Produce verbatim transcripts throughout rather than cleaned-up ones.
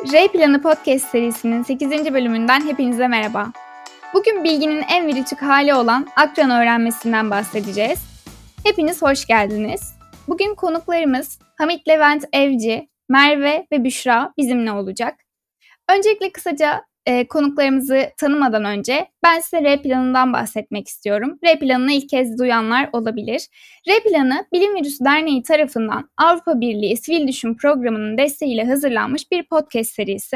R Planı Podcast serisinin sekizinci bölümünden hepinize merhaba. Bugün bilginin en virüçük hali olan akran öğrenmesinden bahsedeceğiz. Hepiniz hoş geldiniz. Bugün konuklarımız Hamit Levent Evci, Merve ve Büşra bizimle olacak. Öncelikle kısaca e, konuklarımızı tanımadan önce ben size R Planı'ndan bahsetmek istiyorum. R Planı'nı ilk kez duyanlar olabilir. R Planı, Bilim Virüsü Derneği tarafından Avrupa Birliği Sivil Düşün Programı'nın desteğiyle hazırlanmış bir podcast serisi.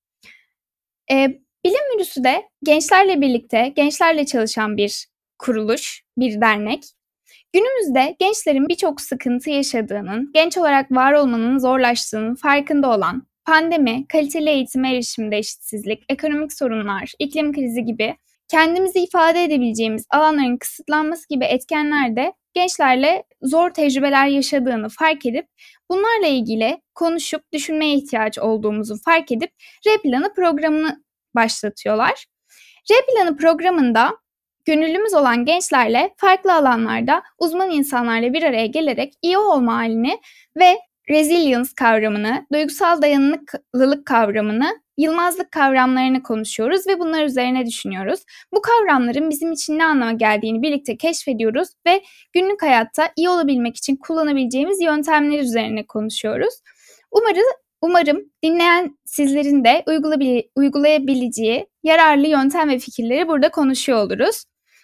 E, Bilim Virüsü de gençlerle birlikte, gençlerle çalışan bir kuruluş, bir dernek. Günümüzde gençlerin birçok sıkıntı yaşadığının, genç olarak var olmanın zorlaştığının farkında olan, pandemi, kaliteli eğitime erişimde eşitsizlik, ekonomik sorunlar, iklim krizi gibi kendimizi ifade edebileceğimiz alanların kısıtlanması gibi etkenlerde gençlerle zor tecrübeler yaşadığını fark edip bunlarla ilgili konuşup düşünmeye ihtiyaç olduğumuzu fark edip R Planı programını başlatıyorlar. R Planı programında gönüllümüz olan gençlerle farklı alanlarda uzman insanlarla bir araya gelerek iyi olma halini ve resilience kavramını, duygusal dayanıklılık kavramını, yılmazlık kavramlarını konuşuyoruz ve bunlar üzerine düşünüyoruz. Bu kavramların bizim için ne anlama geldiğini birlikte keşfediyoruz ve günlük hayatta iyi olabilmek için kullanabileceğimiz yöntemler üzerine konuşuyoruz. Umarım, umarım dinleyen sizlerin de uygulayabileceği yararlı yöntem ve fikirleri burada konuşuyor oluruz.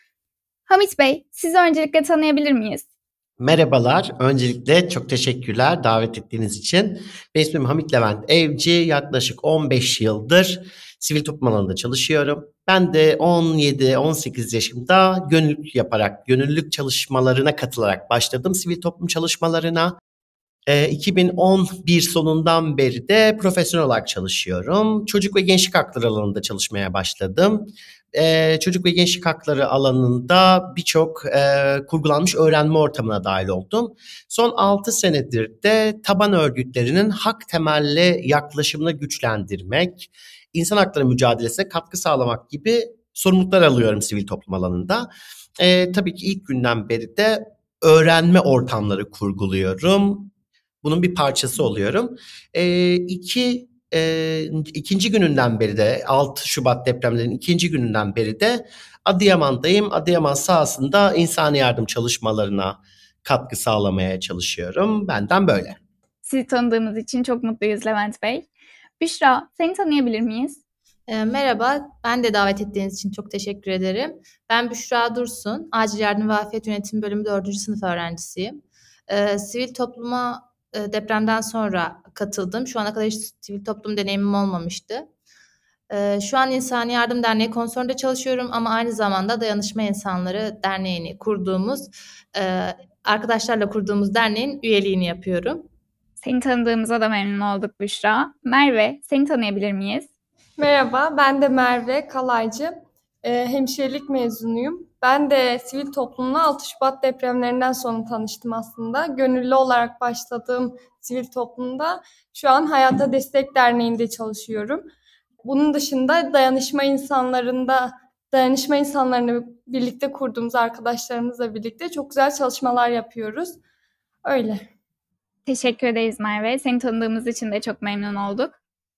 Hamit Bey, sizi öncelikle tanıyabilir miyiz? Merhabalar. Öncelikle çok teşekkürler davet ettiğiniz için. Benim ismim Hamit Levent Evci. Yaklaşık on beş yıldır sivil toplum alanında çalışıyorum. Ben de on yedi on sekiz yaşımda gönüllülük yaparak, gönüllülük çalışmalarına katılarak başladım sivil toplum çalışmalarına. E, iki bin on bir sonundan beri de profesyonel olarak çalışıyorum. Çocuk ve gençlik hakları alanında çalışmaya başladım. Ee, çocuk ve gençlik hakları alanında birçok e, kurgulanmış öğrenme ortamına dahil oldum. Son altı senedir de taban örgütlerinin hak temelli yaklaşımını güçlendirmek, insan hakları mücadelesine katkı sağlamak gibi sorumluluklar alıyorum sivil toplum alanında. Ee, tabii ki ilk günden beri de öğrenme ortamları kurguluyorum. Bunun bir parçası oluyorum. Ee, iki Ee, ikinci gününden beri de altı Şubat depremlerinin ikinci gününden beri de Adıyaman'dayım. Adıyaman sahasında insani yardım çalışmalarına katkı sağlamaya çalışıyorum. Benden böyle. Sizi tanıdığımız için çok mutluyuz Levent Bey. Büşra, seni tanıyabilir miyiz? E, merhaba, ben de davet ettiğiniz için çok teşekkür ederim. Ben Büşra Dursun, Acil Yardım ve Afet Yönetimi Bölümü dördüncü sınıf öğrencisiyim. E, sivil topluma depremden sonra katıldım. Şu ana kadar hiç sivil toplum deneyimim olmamıştı. Ee, şu an İnsani Yardım Derneği Konsor'da çalışıyorum ama aynı zamanda Dayanışma İnsanları Derneği'ni kurduğumuz, e, arkadaşlarla kurduğumuz derneğin üyeliğini yapıyorum. Seni tanıdığımıza da memnun olduk Büşra. Merve, seni tanıyabilir miyiz? Merhaba, ben de Merve Kalaycı. Ee, hemşirelik mezunuyum. Ben de sivil toplumla altı Şubat depremlerinden sonra tanıştım aslında. Gönüllü olarak başladığım sivil toplumda şu an Hayata Destek Derneği'nde çalışıyorum. Bunun dışında dayanışma insanlarında, dayanışma insanlarını birlikte kurduğumuz arkadaşlarımızla birlikte çok güzel çalışmalar yapıyoruz. Öyle. Teşekkür ederiz Merve. Seni tanıdığımız için de çok memnun olduk.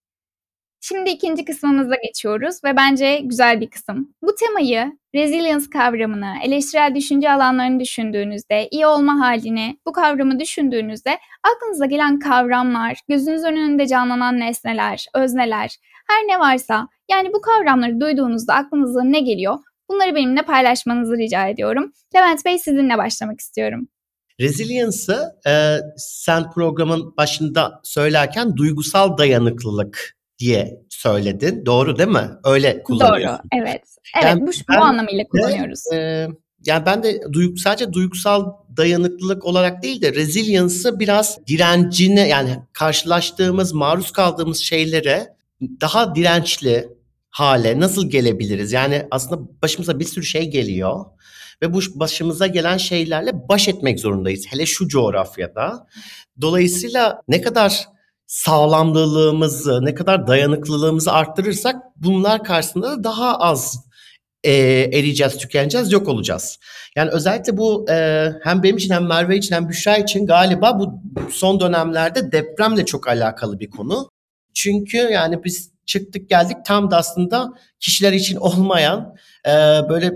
Şimdi ikinci kısmımıza geçiyoruz ve bence güzel bir kısım. Bu temayı, resilience kavramını, eleştirel düşünce alanlarını düşündüğünüzde, iyi olma halini, bu kavramı düşündüğünüzde aklınıza gelen kavramlar, gözünüzün önünde canlanan nesneler, özneler, her ne varsa, yani bu kavramları duyduğunuzda aklınıza ne geliyor? Bunları benimle paylaşmanızı rica ediyorum. Levent Bey, sizinle başlamak istiyorum. Resilience'ı e, sen programın başında söylerken duygusal dayanıklılık diye söyledin. Doğru değil mi? Öyle kullanıyorsun. Doğru, evet. Evet, yani bu, bu anlamıyla kullanıyoruz. De, e, yani ben de duygu, sadece duygusal dayanıklılık olarak değil de resilience'ı biraz direncine, yani karşılaştığımız, maruz kaldığımız şeylere daha dirençli hale nasıl gelebiliriz? Yani aslında başımıza bir sürü şey geliyor ve bu başımıza gelen şeylerle baş etmek zorundayız. Hele şu coğrafyada. Dolayısıyla ne kadar sağlamlılığımızı, ne kadar dayanıklılığımızı arttırırsak bunlar karşısında da daha az e, eriyeceğiz, tükeneceğiz, yok olacağız. Yani özellikle bu e, hem benim için hem Merve için hem Büşra için galiba bu son dönemlerde depremle çok alakalı bir konu. Çünkü yani biz çıktık geldik tam da aslında kişiler için olmayan, e, böyle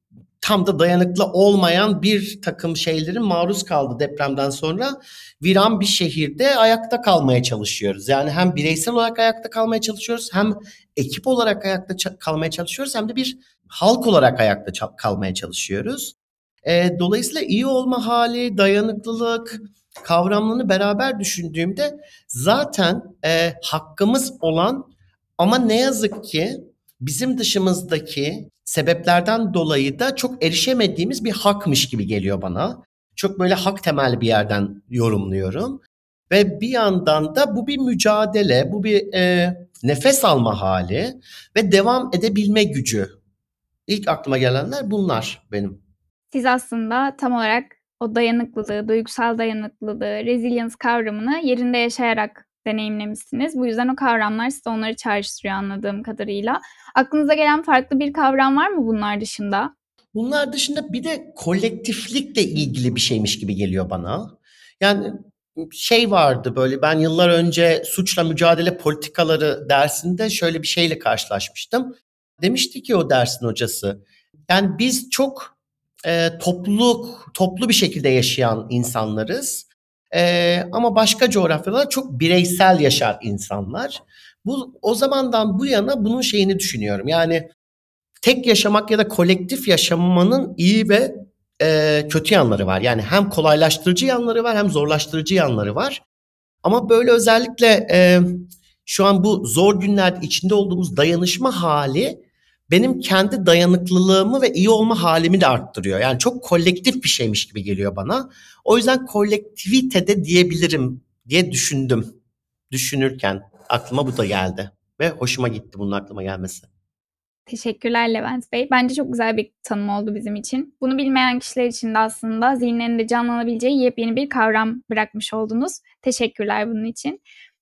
tam da dayanıklı olmayan bir takım şeylerin maruz kaldı depremden sonra. Viran bir şehirde ayakta kalmaya çalışıyoruz. Yani hem bireysel olarak ayakta kalmaya çalışıyoruz, hem ekip olarak ayakta ça- kalmaya çalışıyoruz, hem de bir halk olarak ayakta ça- kalmaya çalışıyoruz. E, dolayısıyla iyi olma hali, dayanıklılık kavramlarını beraber düşündüğümde zaten e, hakkımız olan ama ne yazık ki bizim dışımızdaki sebeplerden dolayı da çok erişemediğimiz bir hakmış gibi geliyor bana. Çok böyle hak temelli bir yerden yorumluyorum. Ve bir yandan da bu bir mücadele, bu bir e, nefes alma hali ve devam edebilme gücü. İlk aklıma gelenler bunlar benim. Siz aslında tam olarak o dayanıklılığı, duygusal dayanıklılığı, resilience kavramını yerinde yaşayarak deneyimlemişsiniz. Bu yüzden o kavramlar size onları çağrıştırıyor anladığım kadarıyla. Aklınıza gelen farklı bir kavram var mı bunlar dışında? Bunlar dışında bir de kolektiflikle ilgili bir şeymiş gibi geliyor bana. Yani şey vardı, böyle ben yıllar önce suçla mücadele politikaları dersinde şöyle bir şeyle karşılaşmıştım. Demişti ki o dersin hocası, yani biz çok e, topluluk, toplu bir şekilde yaşayan insanlarız. E, ama başka coğrafyalarda çok bireysel yaşar insanlar. Bu, o zamandan bu yana bunun şeyini düşünüyorum. Yani tek yaşamak ya da kolektif yaşamanın iyi ve e, kötü yanları var. Yani hem kolaylaştırıcı yanları var, hem zorlaştırıcı yanları var. Ama böyle özellikle e, şu an bu zor günlerde içinde olduğumuz dayanışma hali benim kendi dayanıklılığımı ve iyi olma halimi de arttırıyor. Yani çok kolektif bir şeymiş gibi geliyor bana. O yüzden kolektivitede diyebilirim diye düşündüm. Düşünürken aklıma bu da geldi. Ve hoşuma gitti bunun aklıma gelmesi. Teşekkürler Levent Bey. Bence çok güzel bir tanım oldu bizim için. Bunu bilmeyen kişiler için de aslında zihinlerinde canlanabileceği yepyeni bir kavram bırakmış oldunuz. Teşekkürler bunun için.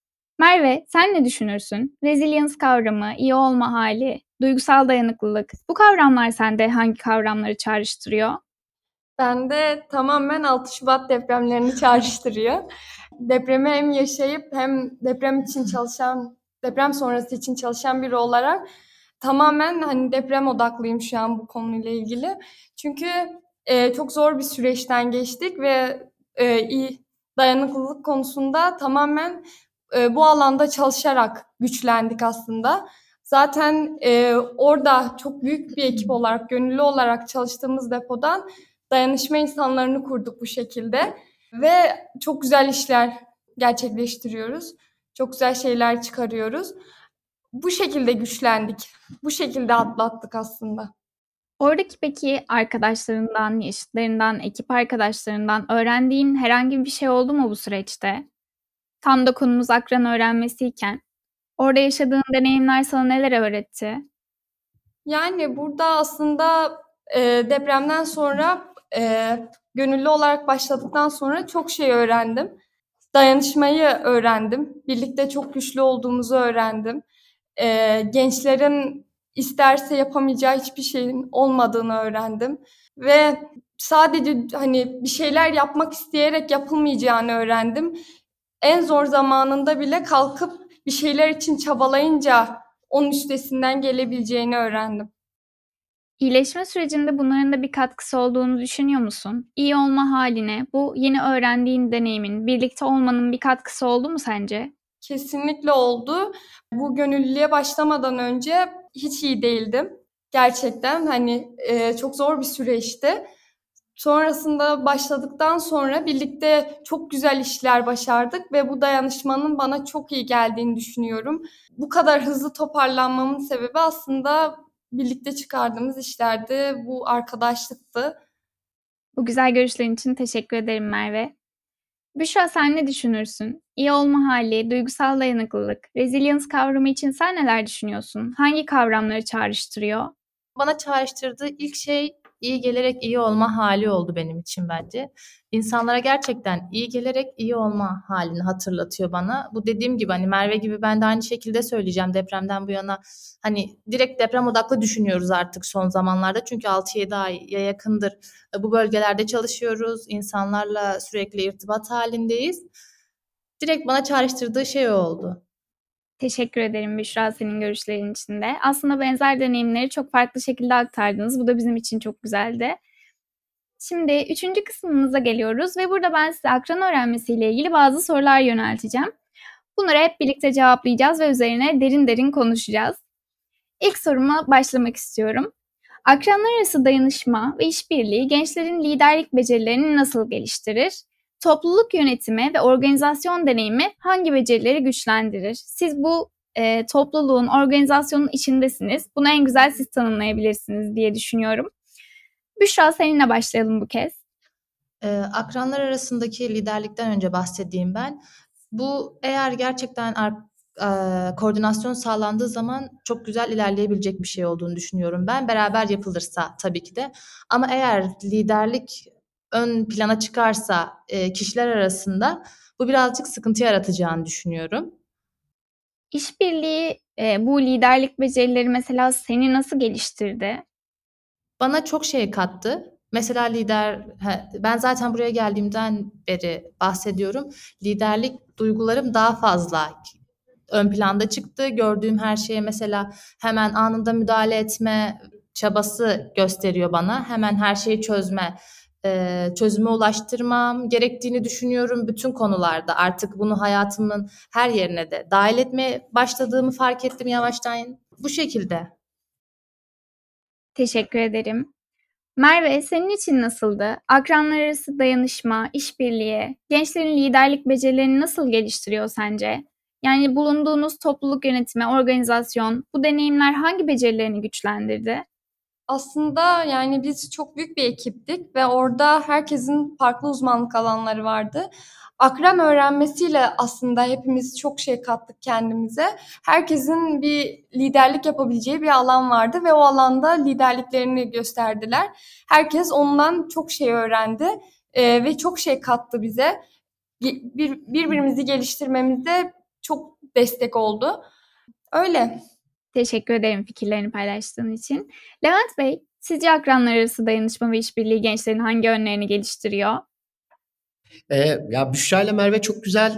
Merve, sen ne düşünürsün? Resilience kavramı, iyi olma hali, duygusal dayanıklılık. Bu kavramlar sende hangi kavramları çağrıştırıyor? Bende tamamen altı Şubat depremlerini çağrıştırıyor. Depremi hem yaşayıp hem deprem için çalışan, deprem sonrası için çalışan biri olarak tamamen hani deprem odaklıyım şu an bu konuyla ilgili. Çünkü e, çok zor bir süreçten geçtik ve e, iyi dayanıklılık konusunda tamamen e, bu alanda çalışarak güçlendik aslında. Zaten e, orada çok büyük bir ekip olarak, gönüllü olarak çalıştığımız depodan dayanışma insanlarını kurduk bu şekilde ve çok güzel işler gerçekleştiriyoruz. Çok güzel şeyler çıkarıyoruz. Bu şekilde güçlendik. Bu şekilde atlattık aslında. Oradaki peki arkadaşlarından, yaşıtlarından, ekip arkadaşlarından öğrendiğin herhangi bir şey oldu mu bu süreçte? Tam da konumuz akran öğrenmesiyken. Orada yaşadığın deneyimler sana neler öğretti? Yani burada aslında e, depremden sonra e, gönüllü olarak başladıktan sonra çok şey öğrendim. Dayanışmayı öğrendim. Birlikte çok güçlü olduğumuzu öğrendim. E, gençlerin isterse yapamayacağı hiçbir şeyin olmadığını öğrendim. Ve sadece hani bir şeyler yapmak isteyerek yapılmayacağını öğrendim. En zor zamanında bile kalkıp bir şeyler için çabalayınca onun üstesinden gelebileceğini öğrendim. İyileşme sürecinde bunların da bir katkısı olduğunu düşünüyor musun? İyi olma haline bu yeni öğrendiğin deneyimin, birlikte olmanın bir katkısı oldu mu sence? Kesinlikle oldu. Bu gönüllülüğe başlamadan önce hiç iyi değildim. Gerçekten hani e, çok zor bir süreçti. Sonrasında başladıktan sonra birlikte çok güzel işler başardık ve bu dayanışmanın bana çok iyi geldiğini düşünüyorum. Bu kadar hızlı toparlanmamın sebebi aslında birlikte çıkardığımız işlerdi, bu arkadaşlıktı. Bu güzel görüşlerin için teşekkür ederim Merve. Büşra, sen ne düşünürsün? İyi olma hali, duygusal dayanıklılık, resilience kavramı için sen neler düşünüyorsun? Hangi kavramları çağrıştırıyor? Bana çağrıştırdığı ilk şey iyi gelerek iyi olma hali oldu benim için bence. İnsanlara gerçekten iyi gelerek iyi olma halini hatırlatıyor bana. Bu dediğim gibi hani Merve gibi ben de aynı şekilde söyleyeceğim depremden bu yana. Hani direkt deprem odaklı düşünüyoruz artık son zamanlarda. Çünkü altı yedi aya yakındır bu bölgelerde çalışıyoruz. İnsanlarla sürekli irtibat halindeyiz. Direkt bana çağrıştırdığı şey oldu. Teşekkür ederim Büşra senin görüşlerin için de. Aslında benzer deneyimleri çok farklı şekilde aktardınız. Bu da bizim için çok güzeldi. Şimdi üçüncü kısmımıza geliyoruz ve burada ben size akran öğrenmesiyle ilgili bazı sorular yönelteceğim. Bunları hep birlikte cevaplayacağız ve üzerine derin derin konuşacağız. İlk soruma başlamak istiyorum. Akranlar arası dayanışma ve işbirliği gençlerin liderlik becerilerini nasıl geliştirir? Topluluk yönetimi ve organizasyon deneyimi hangi becerileri güçlendirir? Siz bu e, topluluğun, organizasyonun içindesiniz. Bunu en güzel siz tanımlayabilirsiniz diye düşünüyorum. Büşra seninle başlayalım bu kez. Ee, akranlar arasındaki liderlikten önce bahsedeyim ben. Bu eğer gerçekten ar- e, koordinasyon sağlandığı zaman çok güzel ilerleyebilecek bir şey olduğunu düşünüyorum ben. Beraber yapılırsa tabii ki de. Ama eğer liderlik ön plana çıkarsa e, kişiler arasında bu birazcık sıkıntı yaratacağını düşünüyorum. İşbirliği, e, bu liderlik becerileri mesela seni nasıl geliştirdi? Bana çok şey kattı. Mesela lider, he, ben zaten buraya geldiğimden beri bahsediyorum. Liderlik duygularım daha fazla ön planda çıktı. Gördüğüm her şeye mesela hemen anında müdahale etme çabası gösteriyor bana. Hemen her şeyi çözme, e, çözüme ulaştırmam gerektiğini düşünüyorum bütün konularda. Artık bunu hayatımın her yerine de dahil etmeye başladığımı fark ettim yavaştan. Bu şekilde. Teşekkür ederim. Merve, senin için nasıldı? Akranlar arası dayanışma, işbirliği, gençlerin liderlik becerilerini nasıl geliştiriyor sence? Yani bulunduğunuz topluluk yönetimi, organizasyon, bu deneyimler hangi becerilerini güçlendirdi? Aslında yani biz çok büyük bir ekiptik ve orada herkesin farklı uzmanlık alanları vardı. Akran öğrenmesiyle aslında hepimiz çok şey kattık kendimize. Herkesin bir liderlik yapabileceği bir alan vardı ve o alanda liderliklerini gösterdiler. Herkes ondan çok şey öğrendi e, ve çok şey kattı bize. Bir, birbirimizi geliştirmemizde çok destek oldu. Öyle. Teşekkür ederim fikirlerini paylaştığın için. Levent Bey, sizce akranlar arası dayanışma ve işbirliği gençlerin hangi yönlerini geliştiriyor? Ee, ya Büşra ile Merve çok güzel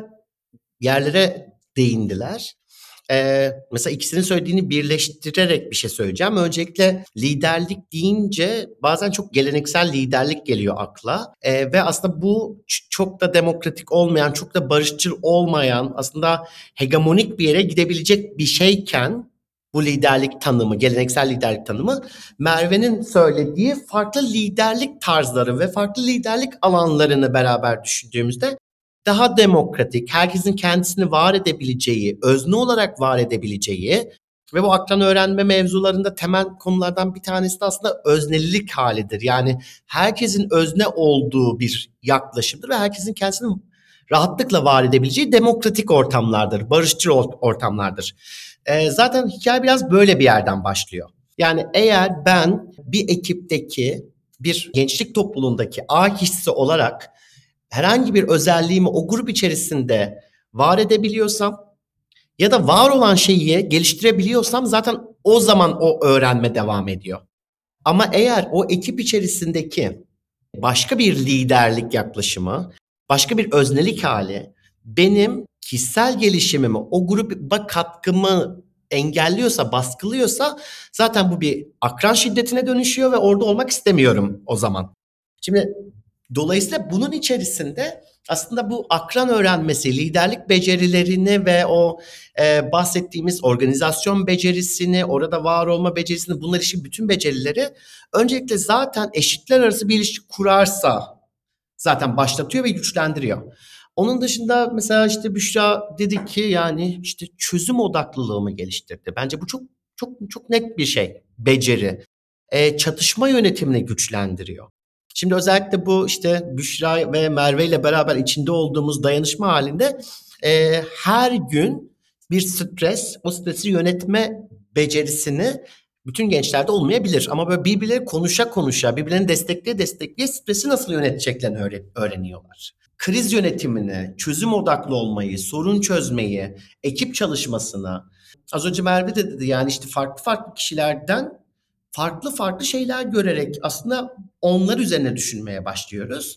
yerlere değindiler. Ee, mesela ikisinin söylediğini birleştirerek bir şey söyleyeceğim. Öncelikle liderlik deyince bazen çok geleneksel liderlik geliyor akla. Ee, ve aslında bu ç- çok da demokratik olmayan, çok da barışçıl olmayan, aslında hegemonik bir yere gidebilecek bir şeyken bu liderlik tanımı, geleneksel liderlik tanımı, Merve'nin söylediği farklı liderlik tarzları ve farklı liderlik alanlarını beraber düşündüğümüzde daha demokratik, herkesin kendisini var edebileceği, özne olarak var edebileceği ve bu akran öğrenme mevzularında temel konulardan bir tanesi de aslında öznelilik halidir. Yani herkesin özne olduğu bir yaklaşımdır ve herkesin kendisini rahatlıkla var edebileceği demokratik ortamlardır, barışçıl ortamlardır. Ee, zaten hikaye biraz böyle bir yerden başlıyor. Yani eğer ben bir ekipteki, bir gençlik topluluğundaki A kişisi olarak herhangi bir özelliğimi o grup içerisinde var edebiliyorsam ya da var olan şeyi geliştirebiliyorsam zaten o zaman o öğrenme devam ediyor. Ama eğer o ekip içerisindeki başka bir liderlik yaklaşımı, başka bir öznelik hali benim kişisel gelişimimi, o gruba katkımı engelliyorsa, baskılıyorsa zaten bu bir akran şiddetine dönüşüyor ve orada olmak istemiyorum o zaman. Şimdi dolayısıyla bunun içerisinde aslında bu akran öğrenmesi, liderlik becerilerini ve o e, bahsettiğimiz organizasyon becerisini, orada var olma becerisini, bunlar için bütün becerileri öncelikle zaten eşitler arası bir ilişki kurarsa zaten başlatıyor ve güçlendiriyor. Onun dışında mesela işte Büşra dedi ki yani işte çözüm odaklılığımı geliştirdi. Bence bu çok çok çok net bir şey, beceri. E, çatışma yönetimini güçlendiriyor. Şimdi özellikle bu işte Büşra ve Merve ile beraber içinde olduğumuz dayanışma halinde e, her gün bir stres, o stresi yönetme becerisini bütün gençlerde olmayabilir. Ama böyle birbirleri konuşa konuşa, birbirlerini destekleye destekleye stresi nasıl yöneteceklerini öğren- öğreniyorlar. Kriz yönetimini, çözüm odaklı olmayı, sorun çözmeyi, ekip çalışmasını. Az önce Merve de dedi yani işte farklı farklı kişilerden farklı farklı şeyler görerek aslında onlar üzerine düşünmeye başlıyoruz.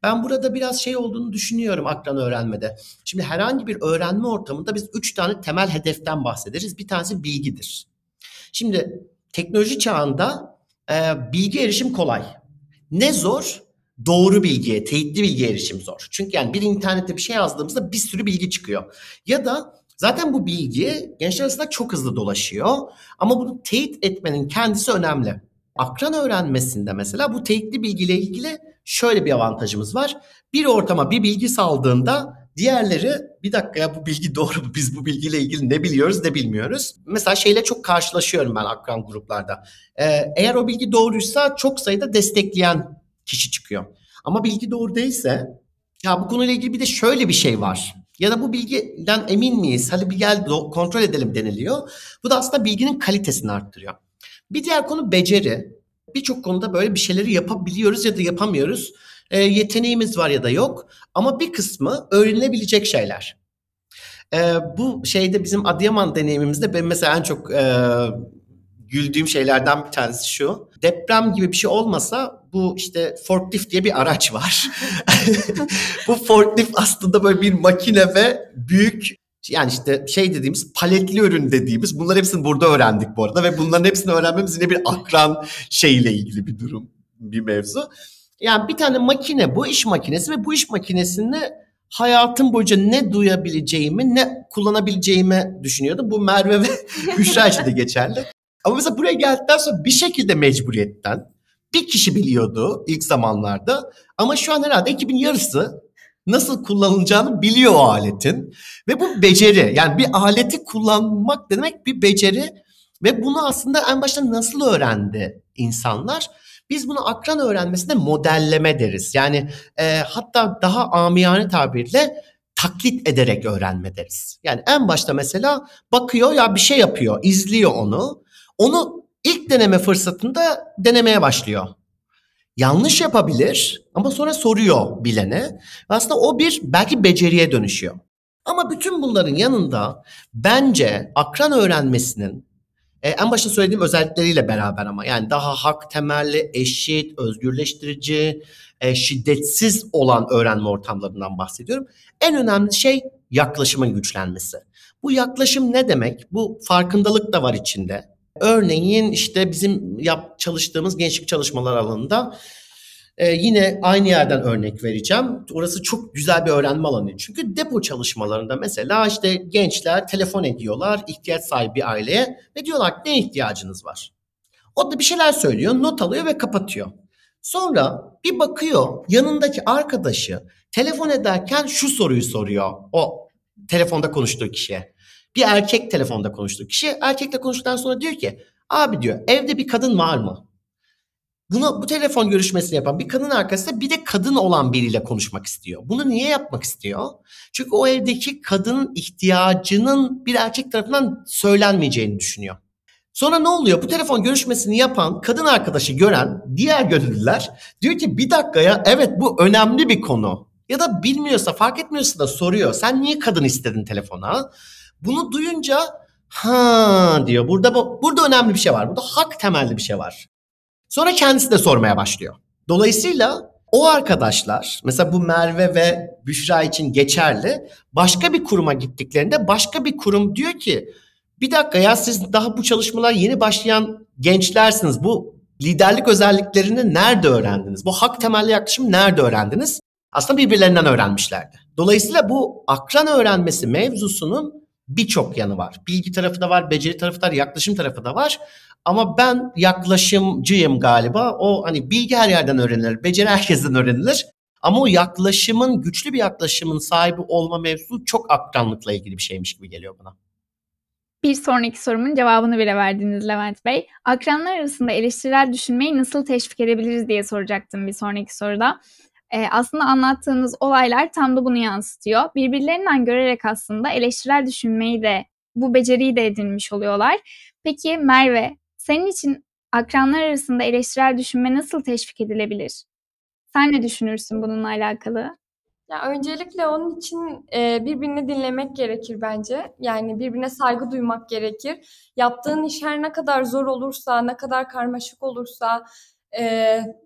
Ben burada biraz şey olduğunu düşünüyorum akran öğrenmede. Şimdi herhangi bir öğrenme ortamında biz üç tane temel hedeften bahsederiz. Bir tanesi bilgidir. Şimdi teknoloji çağında e, bilgi erişim kolay. Ne zor? Doğru bilgiye, teyitli bilgiye erişim zor. Çünkü yani bir internette bir şey yazdığımızda bir sürü bilgi çıkıyor. Ya da zaten bu bilgi gençler arasında çok hızlı dolaşıyor. Ama bunu teyit etmenin kendisi önemli. Akran öğrenmesinde mesela bu teyitli bilgiyle ilgili şöyle bir avantajımız var. Bir ortama bir bilgi saldığında diğerleri bir dakika ya bu bilgi doğru mu? Biz bu bilgiyle ilgili ne biliyoruz ne bilmiyoruz. Mesela şeyle çok karşılaşıyorum ben akran gruplarda. Ee, eğer o bilgi doğruysa çok sayıda destekleyen kişi çıkıyor. Ama bilgi doğru değilse ya bu konuyla ilgili bir de şöyle bir şey var. Ya da bu bilgiden emin miyiz? Hadi bir gel kontrol edelim deniliyor. Bu da aslında bilginin kalitesini arttırıyor. Bir diğer konu beceri. Birçok konuda böyle bir şeyleri yapabiliyoruz ya da yapamıyoruz. E, yeteneğimiz var ya da yok. Ama bir kısmı öğrenilebilecek şeyler. E, bu şeyde bizim Adıyaman deneyimimizde benim mesela en çok e, güldüğüm şeylerden bir tanesi şu. Deprem gibi bir şey olmasa bu işte forklift diye bir araç var. Bu forklift aslında böyle bir makine ve büyük yani işte şey dediğimiz paletli ürün dediğimiz bunların hepsini burada öğrendik bu arada ve bunların hepsini öğrenmemiz yine bir akran şeyle ilgili bir durum, bir mevzu. Yani bir tane makine bu iş makinesi ve bu iş makinesini hayatım boyunca ne duyabileceğimi ne kullanabileceğimi düşünüyordum. Bu Merve ve Büşra için de geçerli. Ama mesela buraya geldikten sonra bir şekilde mecburiyetten bir kişi biliyordu ilk zamanlarda. Ama şu an herhalde ekibin yarısı nasıl kullanılacağını biliyor o aletin. Ve bu beceri. Yani bir aleti kullanmak demek bir beceri. Ve bunu aslında en başta nasıl öğrendi insanlar? Biz bunu akran öğrenmesinde modelleme deriz. Yani e, hatta daha amiyane tabirle taklit ederek öğrenme deriz. Yani en başta mesela bakıyor ya bir şey yapıyor, izliyor onu. Onu ilk deneme fırsatında denemeye başlıyor. Yanlış yapabilir ama sonra soruyor bilene. Aslında o bir belki beceriye dönüşüyor. Ama bütün bunların yanında bence akran öğrenmesinin e, en başta söylediğim özellikleriyle beraber ama yani daha hak temelli, eşit, özgürleştirici, e, şiddetsiz olan öğrenme ortamlarından bahsediyorum. En önemli şey yaklaşımın güçlenmesi. Bu yaklaşım ne demek? Bu farkındalık da var içinde. Örneğin işte bizim yap, çalıştığımız gençlik çalışmalar alanında e, yine aynı yerden örnek vereceğim. Orası çok güzel bir öğrenme alanı. Çünkü depo çalışmalarında mesela işte gençler telefon ediyorlar ihtiyaç sahibi bir aileye ve diyorlar ki ne ihtiyacınız var? O da bir şeyler söylüyor, not alıyor ve kapatıyor. Sonra bir bakıyor yanındaki arkadaşı telefon ederken şu soruyu soruyor o telefonda konuştuğu kişiye. Bir erkek telefonda konuştuğu kişi erkekle konuştuktan sonra diyor ki abi diyor evde bir kadın var mı? Bunu, bu telefon görüşmesini yapan bir kadın arkasında bir de kadın olan biriyle konuşmak istiyor. Bunu niye yapmak istiyor? Çünkü o evdeki kadının ihtiyacının bir erkek tarafından söylenmeyeceğini düşünüyor. Sonra ne oluyor? Bu telefon görüşmesini yapan kadın arkadaşı gören diğer gönüllüler diyor ki bir dakika ya evet bu önemli bir konu. Ya da bilmiyorsa fark etmiyorsa da soruyor. Sen niye kadın istedin telefona? Bunu duyunca ha diyor burada burada önemli bir şey var. Burada hak temelli bir şey var. Sonra kendisi de sormaya başlıyor. Dolayısıyla o arkadaşlar mesela bu Merve ve Büşra için geçerli. Başka bir kuruma gittiklerinde başka bir kurum diyor ki bir dakika ya siz daha bu çalışmalar yeni başlayan gençlersiniz. Bu liderlik özelliklerini nerede öğrendiniz? Bu hak temelli yaklaşımı nerede öğrendiniz? Aslında birbirlerinden öğrenmişlerdi. Dolayısıyla bu akran öğrenmesi mevzusunun birçok yanı var. Bilgi tarafı da var, beceri tarafı da var, yaklaşım tarafı da var. Ama ben yaklaşımcıyım galiba. O hani bilgi her yerden öğrenilir, beceri herkesten öğrenilir. Ama o yaklaşımın, güçlü bir yaklaşımın sahibi olma mevzusu çok akranlıkla ilgili bir şeymiş gibi geliyor bana. Bir sonraki sorumun cevabını bile verdiniz Levent Bey. Akranlar arasında eleştirel düşünmeyi nasıl teşvik edebiliriz diye soracaktım bir sonraki soruda. Ee, aslında anlattığınız olaylar tam da bunu yansıtıyor. Birbirlerinden görerek aslında eleştirel düşünmeyi de, bu beceriyi de edinmiş oluyorlar. Peki Merve, senin için akranlar arasında eleştirel düşünme nasıl teşvik edilebilir? Sen ne düşünürsün bununla alakalı? Ya öncelikle onun için e, birbirini dinlemek gerekir bence. Yani birbirine saygı duymak gerekir. Yaptığın iş her ne kadar zor olursa, ne kadar karmaşık olursa, e,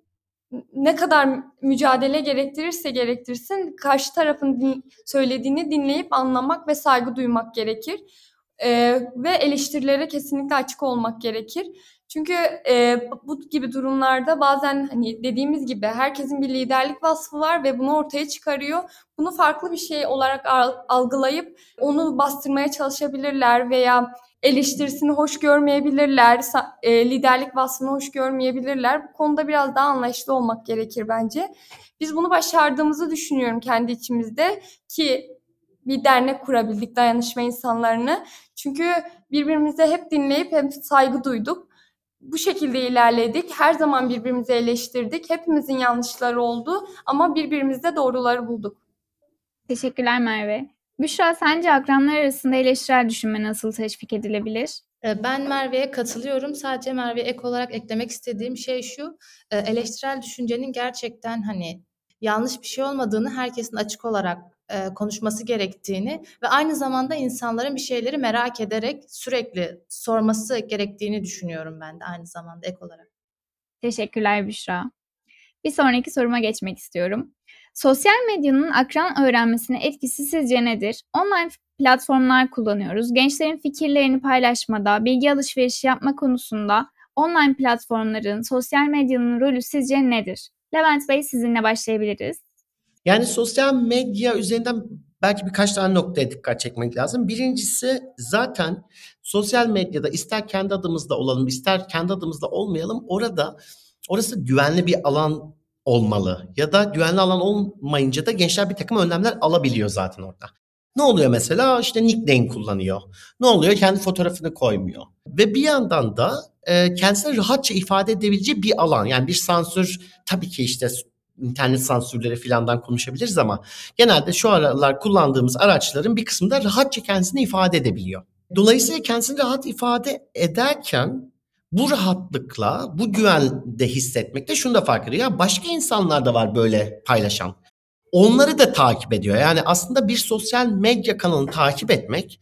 ne kadar mücadele gerektirirse gerektirsin karşı tarafın din- söylediğini dinleyip anlamak ve saygı duymak gerekir. Ee, ve eleştirilere kesinlikle açık olmak gerekir. Çünkü e, bu gibi durumlarda bazen hani dediğimiz gibi herkesin bir liderlik vasfı var ve bunu ortaya çıkarıyor. Bunu farklı bir şey olarak algılayıp onu bastırmaya çalışabilirler veya eleştirisini hoş görmeyebilirler, e, liderlik vasfını hoş görmeyebilirler. Bu konuda biraz daha anlayışlı olmak gerekir bence. Biz bunu başardığımızı düşünüyorum kendi içimizde ki bir dernek kurabildik dayanışma insanlarını. Çünkü birbirimize hep dinleyip hep saygı duyduk. Bu şekilde ilerledik. Her zaman birbirimizi eleştirdik. Hepimizin yanlışları oldu ama birbirimizde doğruları bulduk. Teşekkürler Merve. Büşra, sence akranlar arasında eleştirel düşünme nasıl teşvik edilebilir? Ben Merve'ye katılıyorum. Sadece Merve'ye ek olarak eklemek istediğim şey şu. Eleştirel düşüncenin gerçekten hani yanlış bir şey olmadığını, herkesin açık olarak e, konuşması gerektiğini ve aynı zamanda insanların bir şeyleri merak ederek sürekli sorması gerektiğini düşünüyorum ben de aynı zamanda ek olarak. Teşekkürler Büşra. Bir sonraki soruma geçmek istiyorum. Sosyal medyanın akran öğrenmesine etkisi sizce nedir? Online platformlar kullanıyoruz. Gençlerin fikirlerini paylaşmada, bilgi alışverişi yapma konusunda online platformların, sosyal medyanın rolü sizce nedir? Levent Bey, sizinle başlayabiliriz. Yani sosyal medya üzerinden belki birkaç tane noktaya dikkat çekmek lazım. Birincisi, zaten sosyal medyada ister kendi adımızda olalım, ister kendi adımızda olmayalım, orada orası güvenli bir alan olmalı. Ya da güvenli alan olmayınca da gençler bir takım önlemler alabiliyor zaten orada. Ne oluyor mesela? İşte nickname kullanıyor. Ne oluyor? Kendi fotoğrafını koymuyor. Ve bir yandan da e, kendisini rahatça ifade edebileceği bir alan. Yani bir sansür, tabii ki işte internet sansürleri filandan konuşabiliriz ama genelde şu aralar kullandığımız araçların bir kısmında rahatça kendisini ifade edebiliyor. Dolayısıyla kendisini rahat ifade ederken bu rahatlıkla, bu güvende hissetmekte şunu da fark ediyor. Ya başka insanlar da var böyle paylaşan. Onları da takip ediyor. Yani aslında bir sosyal medya kanalını takip etmek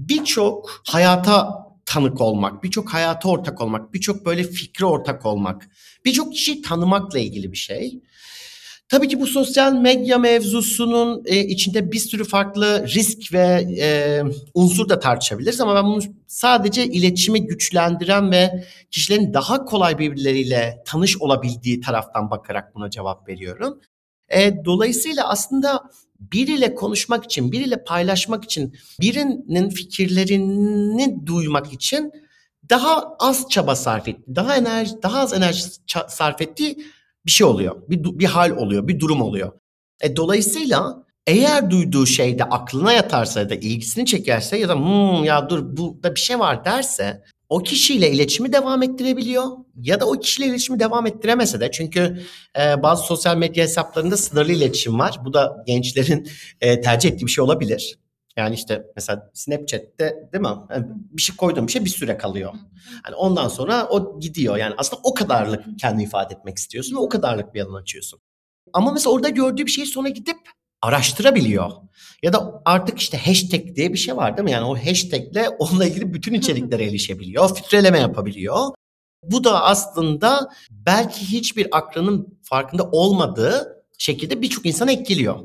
birçok hayata tanık olmak, birçok hayata ortak olmak, birçok böyle fikre ortak olmak, birçok kişiyi tanımakla ilgili bir şey. Tabii ki bu sosyal medya mevzusunun e, içinde bir sürü farklı risk ve e, unsur da tartışabiliriz ama ben bunu sadece iletişimi güçlendiren ve kişilerin daha kolay birbirleriyle tanış olabildiği taraftan bakarak buna cevap veriyorum. E, dolayısıyla aslında biriyle konuşmak için, biriyle paylaşmak için, birinin fikirlerini duymak için daha az çaba sarf ettiği, daha enerji, daha az enerji sarf ettiği bir şey oluyor. Bir, bir hal oluyor, bir durum oluyor. E, dolayısıyla eğer duyduğu şeyde aklına yatarsa ya da ilgisini çekerse ya da hmm, ya dur burada bir şey var derse o kişiyle iletişimi devam ettirebiliyor. Ya da o kişiyle iletişimi devam ettiremese de, çünkü e, bazı sosyal medya hesaplarında sınırlı iletişim var. Bu da gençlerin e, tercih ettiği bir şey olabilir. Yani işte mesela Snapchat'te değil mi? Yani bir şey koyduğum bir şey bir süre kalıyor. Yani ondan sonra o gidiyor. Yani aslında o kadarlık kendini ifade etmek istiyorsun ve o kadarlık bir alan açıyorsun. Ama mesela orada gördüğü bir şeyi sonra gidip araştırabiliyor. Ya da artık işte hashtag diye bir şey var değil mi? Yani o hashtagle onunla ilgili bütün içeriklere erişebiliyor. Filtreleme yapabiliyor. Bu da aslında belki hiçbir akranın farkında olmadığı şekilde birçok insanı etkiliyor.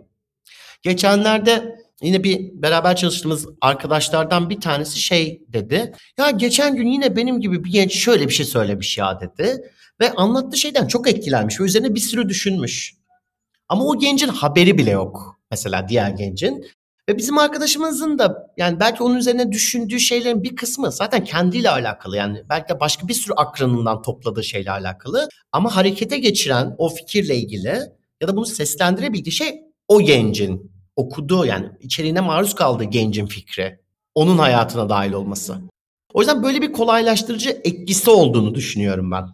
Geçenlerde yine bir beraber çalıştığımız arkadaşlardan bir tanesi şey dedi. Ya geçen gün yine benim gibi bir genç şöyle bir şey söylemiş ya dedi. Ve anlattığı şeyden çok etkilenmiş ve üzerine bir sürü düşünmüş. Ama o gencin haberi bile yok. Mesela diğer gencin. Ve bizim arkadaşımızın da yani belki onun üzerine düşündüğü şeylerin bir kısmı zaten kendiyle alakalı. Yani belki de başka bir sürü akranından topladığı şeyle alakalı. Ama harekete geçiren o fikirle ilgili ya da bunu seslendirebildiği şey o gencin okuduğu, yani içeriğine maruz kaldığı gencin fikri. Onun hayatına dahil olması. O yüzden böyle bir kolaylaştırıcı etkisi olduğunu düşünüyorum ben.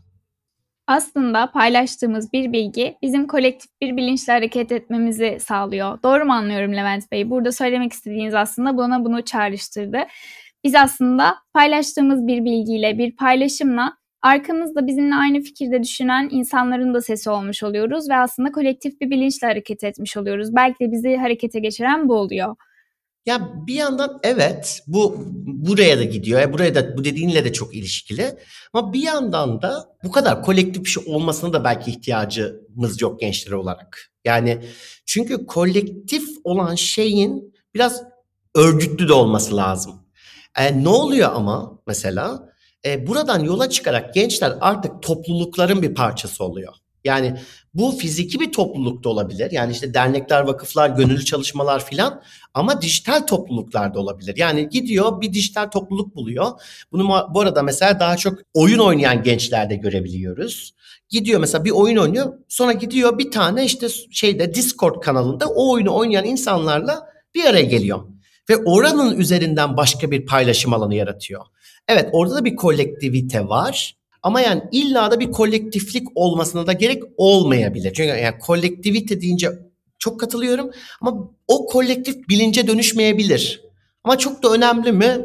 Aslında paylaştığımız bir bilgi bizim kolektif bir bilinçle hareket etmemizi sağlıyor. Doğru mu anlıyorum Levent Bey? Burada söylemek istediğiniz aslında bana bunu çağrıştırdı. Biz aslında paylaştığımız bir bilgiyle, bir paylaşımla arkamızda bizimle aynı fikirde düşünen insanların da sesi olmuş oluyoruz ve aslında kolektif bir bilinçle hareket etmiş oluyoruz. Belki de bizi harekete geçiren bu oluyor. Ya bir yandan evet bu buraya da gidiyor. E, Buraya da bu dediğinle de çok ilişkili. Ama bir yandan da bu kadar kolektif bir şey olmasına da belki ihtiyacımız yok gençler olarak. Yani çünkü kolektif olan şeyin biraz örgütlü de olması lazım. E, ne oluyor ama mesela E, buradan yola çıkarak gençler artık toplulukların bir parçası oluyor. Yani bu fiziki bir topluluk da olabilir. Yani işte dernekler, vakıflar, gönüllü çalışmalar filan. Ama dijital topluluklar da olabilir. Yani gidiyor bir dijital topluluk buluyor. Bunu ma- bu arada mesela daha çok oyun oynayan gençlerde görebiliyoruz. Gidiyor mesela bir oyun oynuyor. Sonra gidiyor bir tane işte şeyde Discord kanalında o oyunu oynayan insanlarla bir araya geliyor. Ve oranın üzerinden başka bir paylaşım alanı yaratıyor. Evet, orada da bir kolektivite var. Ama yani illa da bir kolektiflik olmasına da gerek olmayabilir. Çünkü yani kolektivite deyince çok katılıyorum. Ama o kolektif bilince dönüşmeyebilir. Ama çok da önemli mi?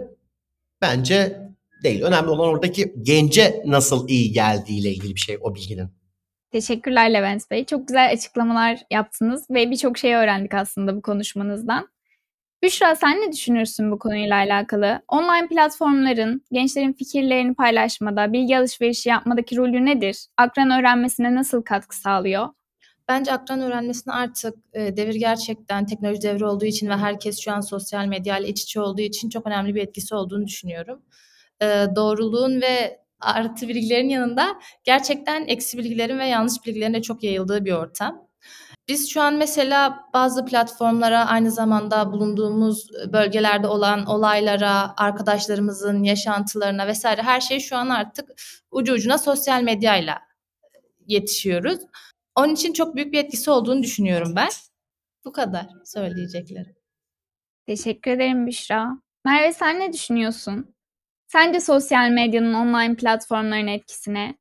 Bence değil. Önemli olan oradaki gence nasıl iyi geldiğiyle ilgili bir şey o bilginin. Teşekkürler Levent Bey. Çok güzel açıklamalar yaptınız ve birçok şey öğrendik aslında bu konuşmanızdan. Büşra, sen ne düşünürsün bu konuyla alakalı? Online platformların gençlerin fikirlerini paylaşmada, bilgi alışverişi yapmadaki rolü nedir? Akran öğrenmesine nasıl katkı sağlıyor? Bence akran öğrenmesine artık e, devir gerçekten teknoloji devri olduğu için ve herkes şu an sosyal medyayla iç içe olduğu için çok önemli bir etkisi olduğunu düşünüyorum. E, doğruluğun ve artı bilgilerin yanında gerçekten eksi bilgilerin ve yanlış bilgilerin de çok yayıldığı bir ortam. Biz şu an mesela bazı platformlara aynı zamanda bulunduğumuz bölgelerde olan olaylara, arkadaşlarımızın yaşantılarına vesaire her şey şu an artık ucu ucuna sosyal medyayla yetişiyoruz. Onun için çok büyük bir etkisi olduğunu düşünüyorum ben. Bu kadar söyleyeceklerim. Teşekkür ederim Büşra. Merve, sen ne düşünüyorsun? Sence sosyal medyanın online platformların etkisine?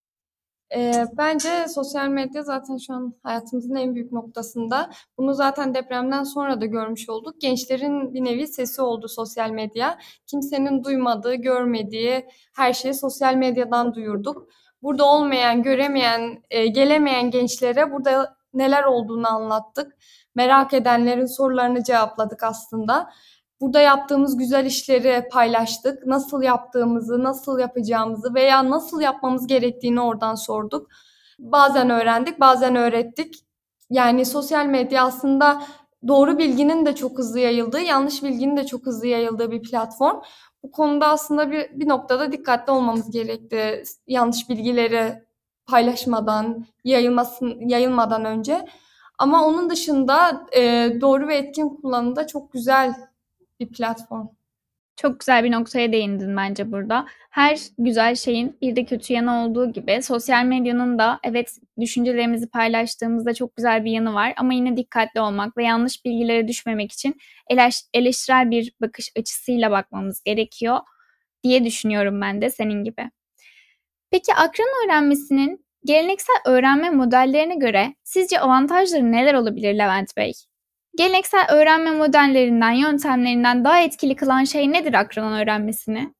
Ee, bence sosyal medya zaten şu an hayatımızın en büyük noktasında. Bunu zaten depremden sonra da görmüş olduk. Gençlerin bir nevi sesi oldu sosyal medya. Kimsenin duymadığı, görmediği her şeyi sosyal medyadan duyurduk. Burada olmayan, göremeyen, e, gelemeyen gençlere burada neler olduğunu anlattık. Merak edenlerin sorularını cevapladık aslında. Burada yaptığımız güzel işleri paylaştık. Nasıl yaptığımızı, nasıl yapacağımızı veya nasıl yapmamız gerektiğini oradan sorduk. Bazen öğrendik, bazen öğrettik. Yani sosyal medya aslında doğru bilginin de çok hızlı yayıldığı, yanlış bilginin de çok hızlı yayıldığı bir platform. Bu konuda aslında bir, bir noktada dikkatli olmamız gerekti. Yanlış bilgileri paylaşmadan, yayılmasın, yayılmadan önce. Ama onun dışında e, doğru ve etkin kullanımı da çok güzel bir platform. Çok güzel bir noktaya değindin bence burada. Her güzel şeyin bir de kötü yanı olduğu gibi sosyal medyanın da evet düşüncelerimizi paylaştığımızda çok güzel bir yanı var ama yine dikkatli olmak ve yanlış bilgilere düşmemek için eleş- eleştirel bir bakış açısıyla bakmamız gerekiyor diye düşünüyorum ben de senin gibi. Peki akran öğrenmesinin geleneksel öğrenme modellerine göre sizce avantajları neler olabilir Levent Bey? Geleneksel öğrenme modellerinden, yöntemlerinden daha etkili kılan şey nedir akran öğrenmesini?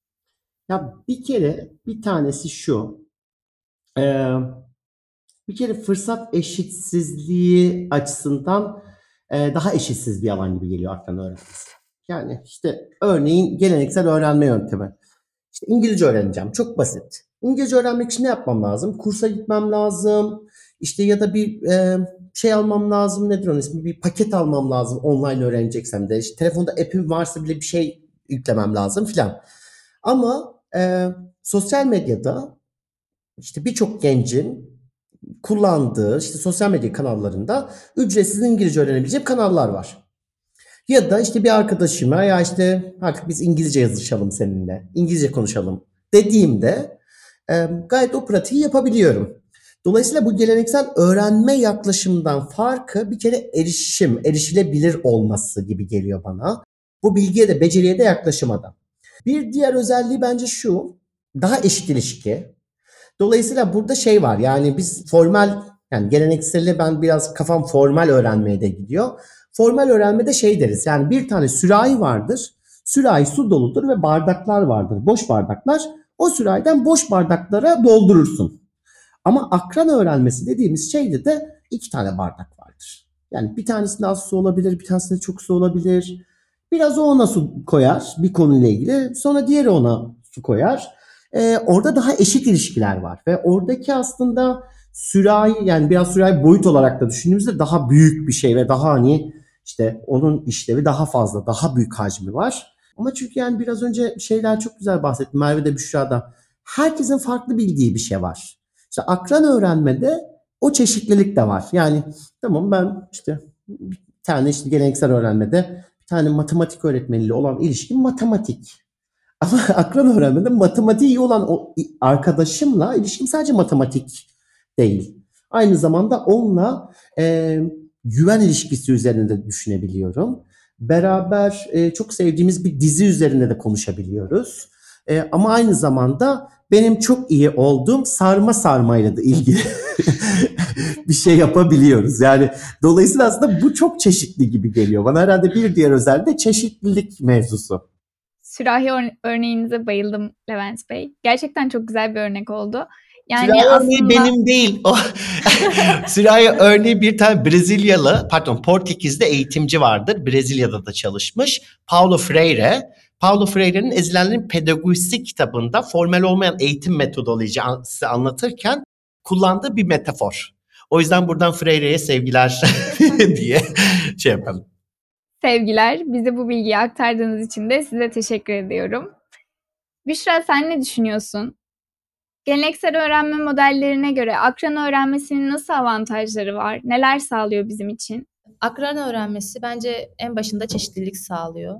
Ya bir kere bir tanesi şu. Ee, bir kere fırsat eşitsizliği açısından e, daha eşitsiz bir alan gibi geliyor akran öğrenmesi. Yani işte örneğin geleneksel öğrenme yöntemi. İşte İngilizce öğreneceğim. Çok basit. İngilizce öğrenmek için ne yapmam lazım? Kursa gitmem lazım. İşte ya da bir e, şey almam lazım. Nedir onun ismi? Bir paket almam lazım online öğreneceksem de. İşte telefonda app'im varsa bile bir şey yüklemem lazım filan. Ama e, sosyal medyada işte birçok gencin kullandığı işte sosyal medya kanallarında ücretsiz İngilizce öğrenebileceğim kanallar var. Ya da işte bir arkadaşıma ya işte artık biz İngilizce yazışalım seninle, İngilizce konuşalım dediğimde e, gayet o pratiği yapabiliyorum. Dolayısıyla bu geleneksel öğrenme yaklaşımdan farkı bir kere erişim, erişilebilir olması gibi geliyor bana. Bu bilgiye de beceriye de yaklaşımada. Bir diğer özelliği bence şu, daha eşit ilişki. Dolayısıyla burada şey var yani biz formal yani gelenekselle ben biraz kafam formal öğrenmeye de gidiyor. Formal öğrenmede şey deriz yani bir tane sürahi vardır. Sürahi su doludur ve bardaklar vardır. Boş bardaklar. O sürahiden boş bardaklara doldurursun. Ama akran öğrenmesi dediğimiz şeyde de iki tane bardak vardır. Yani bir tanesinde az su olabilir, bir tanesinde çok su olabilir. Biraz o ona su koyar bir konuyla ilgili. Sonra diğeri ona su koyar. Ee, orada daha eşit ilişkiler var. Ve oradaki aslında sürahi, yani biraz sürahi boyut olarak da düşündüğümüzde daha büyük bir şey ve daha hani işte onun işlevi daha fazla, daha büyük hacmi var. Ama çünkü yani biraz önce şeyler çok güzel bahsettim. Merve de Büşra da. Herkesin farklı bildiği bir şey var. İşte akran öğrenmede o çeşitlilik de var. Yani tamam, ben işte bir tane işte geleneksel öğrenmede bir tane matematik öğretmeniyle olan ilişkim matematik. Ama akran öğrenmede matematiği iyi olan o arkadaşımla ilişkim sadece matematik değil. Aynı zamanda onunla e, güven ilişkisi üzerinde de düşünebiliyorum. Beraber e, çok sevdiğimiz bir dizi üzerinde de konuşabiliyoruz. E, ama aynı zamanda benim çok iyi olduğum sarma sarmayla da ilgili bir şey yapabiliyoruz. Yani dolayısıyla aslında bu çok çeşitli gibi geliyor bana. Herhalde bir diğer özelliği de çeşitlilik mevzusu. Sürahi ör- örneğinize bayıldım Levent Bey. Gerçekten çok güzel bir örnek oldu. Yani Sürahi aslında örneği benim değil. O Sürahi örneği bir tane Brezilyalı, pardon Portekiz'de eğitimci vardır. Brezilya'da da çalışmış. Paulo Freire. Paulo Freire'nin Ezilenlerin Pedagojisi kitabında formel olmayan eğitim metodolojisi anlatırken kullandığı bir metafor. O yüzden buradan Freire'ye sevgiler diye şey yapalım. sevgiler. Bize bu bilgiyi aktardığınız için de size teşekkür ediyorum. Büşra, sen ne düşünüyorsun? Geleneksel öğrenme modellerine göre akran öğrenmesinin nasıl avantajları var? Neler sağlıyor bizim için? Akran öğrenmesi bence en başında çeşitlilik sağlıyor.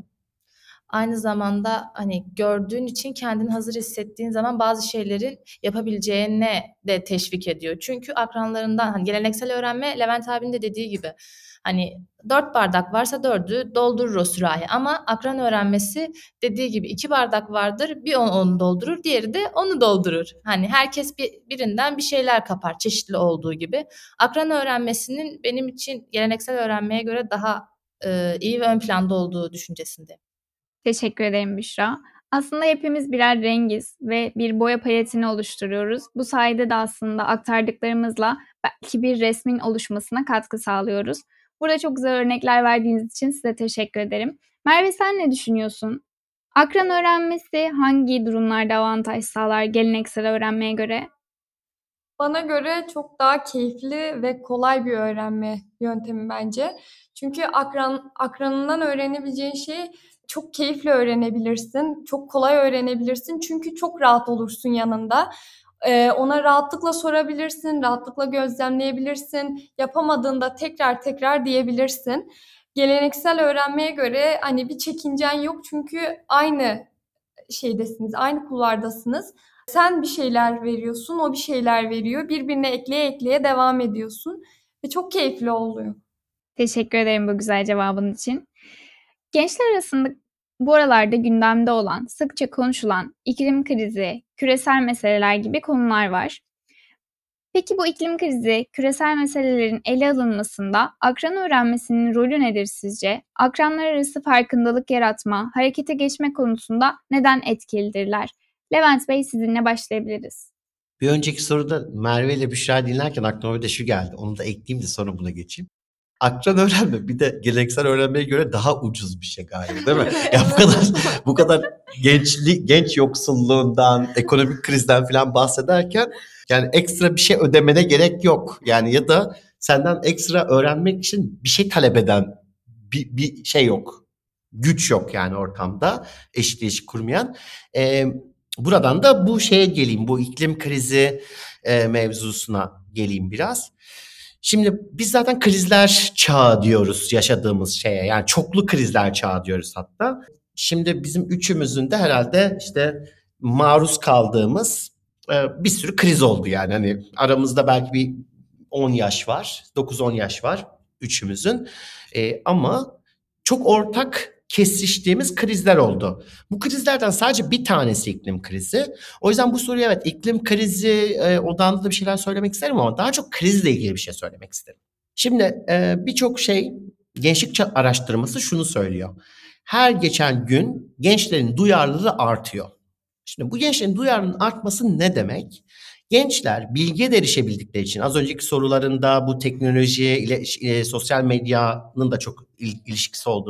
Aynı zamanda hani gördüğün için kendini hazır hissettiğin zaman bazı şeylerin yapabileceğine de teşvik ediyor. Çünkü akranlarından hani geleneksel öğrenme, Levent abinin de dediği gibi hani dört bardak varsa dördü doldurur o sürahi. Ama akran öğrenmesi dediği gibi iki bardak vardır, bir onu, onu doldurur, diğeri de onu doldurur. Hani herkes bir, birinden bir şeyler kapar, çeşitli olduğu gibi. Akran öğrenmesinin benim için geleneksel öğrenmeye göre daha e, iyi ve ön planda olduğu düşüncesinde. Teşekkür ederim Büşra. Aslında hepimiz birer rengiz ve bir boya paletini oluşturuyoruz. Bu sayede de aslında aktardıklarımızla belki bir resmin oluşmasına katkı sağlıyoruz. Burada çok güzel örnekler verdiğiniz için size teşekkür ederim. Merve, sen ne düşünüyorsun? Akran öğrenmesi hangi durumlarda avantaj sağlar geleneksel öğrenmeye göre? Bana göre çok daha keyifli ve kolay bir öğrenme yöntemi bence. Çünkü akran akranından öğrenebileceğin şeyi çok keyifli öğrenebilirsin, çok kolay öğrenebilirsin. Çünkü çok rahat olursun yanında. Ee, ona rahatlıkla sorabilirsin, rahatlıkla gözlemleyebilirsin. Yapamadığında tekrar tekrar diyebilirsin. Geleneksel öğrenmeye göre hani bir çekincen yok çünkü aynı şeydesiniz, aynı kulvardasınız. Sen bir şeyler veriyorsun, o bir şeyler veriyor. Birbirine ekleye ekleye devam ediyorsun. Ve çok keyifli oluyor. Teşekkür ederim bu güzel cevabın için. Gençler arasında bu aralarda gündemde olan, sıkça konuşulan iklim krizi, küresel meseleler gibi konular var. Peki bu iklim krizi, küresel meselelerin ele alınmasında akran öğrenmesinin rolü nedir sizce? Akranlar arası farkındalık yaratma, harekete geçme konusunda neden etkilidirler? Levent Bey, sizinle başlayabiliriz. Bir önceki soruda Merve ile Büşra dinlerken aklıma bir de şu geldi. Onu da ekleyeyim de sonra buna geçeyim. Akran öğrenme bir de geleneksel öğrenmeye göre daha ucuz bir şey galiba, değil mi? Ya bu kadar bu kadar gençlik genç yoksulluğundan, ekonomik krizden falan bahsederken yani ekstra bir şey ödemene gerek yok. Yani ya da senden ekstra öğrenmek için bir şey talep eden bir, bir şey yok. Güç yok yani ortamda eşit ilişki kurmayan. Ee, buradan da bu şeye geleyim, bu iklim krizi e, mevzusuna geleyim biraz. Şimdi biz zaten krizler çağı diyoruz yaşadığımız şeye. Yani çoklu krizler çağı diyoruz hatta. Şimdi bizim üçümüzün de herhalde işte maruz kaldığımız e, bir sürü kriz oldu yani. Hani aramızda belki bir on yaş var, dokuz on yaş var üçümüzün. E, ama çok ortak kesiştiğimiz krizler oldu. Bu krizlerden sadece bir tanesi iklim krizi. O yüzden bu soruya evet iklim krizi e, odağında da bir şeyler söylemek isterim ama daha çok krizle ilgili bir şey söylemek isterim. Şimdi e, birçok şey gençlik araştırması şunu söylüyor. Her geçen gün gençlerin duyarlılığı artıyor. Şimdi bu gençlerin duyarlılığının artması ne demek? Gençler bilgiye de erişebildikleri için az önceki sorularında bu teknoloji ile e, sosyal medyanın da çok il, ilişkisi olduğu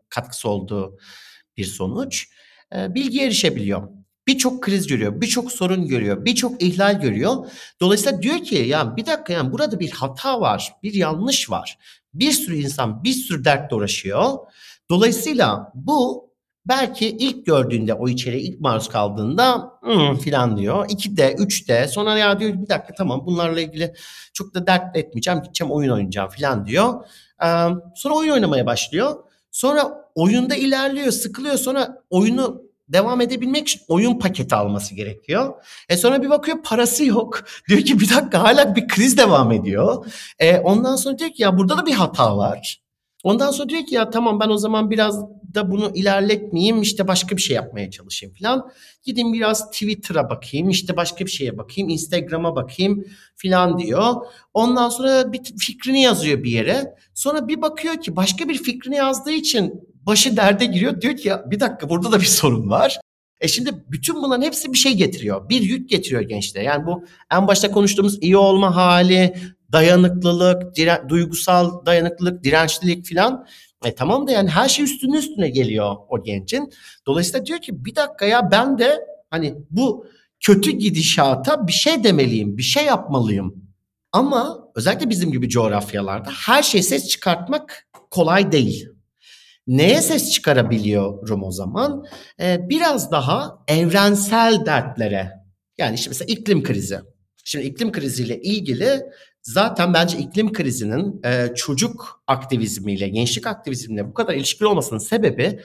katkısı olduğu bir sonuç. E, bilgiye erişebiliyor. Birçok kriz görüyor, birçok sorun görüyor, birçok ihlal görüyor. Dolayısıyla diyor ki ya bir dakika yani burada bir hata var, bir yanlış var. Bir sürü insan bir sürü dertle uğraşıyor. Dolayısıyla bu belki ilk gördüğünde o içeriğe ilk maruz kaldığında hmm, filan diyor. ikide, üçte sonra ya diyor bir dakika tamam bunlarla ilgili çok da dert etmeyeceğim. Gideceğim oyun oynayacağım filan diyor. Ee, sonra oyun oynamaya başlıyor. Sonra oyunda ilerliyor, sıkılıyor. Sonra oyunu devam edebilmek için oyun paketi alması gerekiyor. E sonra bir bakıyor parası yok. Diyor ki bir dakika hala bir kriz devam ediyor. E ondan sonra diyor ki ya burada da bir hata var. Ondan sonra diyor ki ya tamam ben o zaman biraz da bunu ilerletmeyeyim işte başka bir şey yapmaya çalışayım falan. Gideyim biraz Twitter'a bakayım işte başka bir şeye bakayım Instagram'a bakayım falan diyor. Ondan sonra bir fikrini yazıyor bir yere. Sonra bir bakıyor ki başka bir fikrini yazdığı için başı derde giriyor. Diyor ki ya bir dakika burada da bir sorun var. E şimdi bütün bunların hepsi bir şey getiriyor. Bir yük getiriyor gençlere. Yani bu en başta konuştuğumuz iyi olma hali, dayanıklılık, dire- duygusal dayanıklılık, dirençlilik filan. E tamam da yani her şey üstüne üstüne geliyor o gencin. Dolayısıyla diyor ki bir dakika ya ben de hani bu kötü gidişata bir şey demeliyim, bir şey yapmalıyım. Ama özellikle bizim gibi coğrafyalarda her şey ses çıkartmak kolay değil. Neye ses çıkarabiliyorum o zaman? Ee, biraz daha evrensel dertlere. Yani işte mesela iklim krizi. Şimdi iklim kriziyle ilgili zaten bence iklim krizinin e, çocuk aktivizmiyle, gençlik aktivizmiyle bu kadar ilişkili olmasının sebebi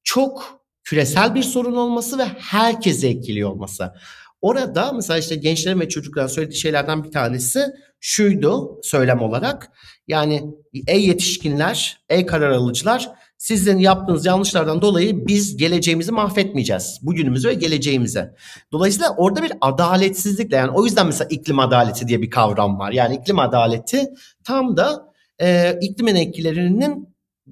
çok küresel bir sorun olması ve herkesi etkiliyor olması. Orada mesela işte gençlerin ve çocukların söylediği şeylerden bir tanesi şuydu söylem olarak. Yani ey yetişkinler, ey karar alıcılar sizin yaptığınız yanlışlardan dolayı biz geleceğimizi mahvetmeyeceğiz. Bugünümüzü ve geleceğimizi. Dolayısıyla orada bir adaletsizlikle yani o yüzden mesela iklim adaleti diye bir kavram var. Yani iklim adaleti tam da e, iklimin etkilerinin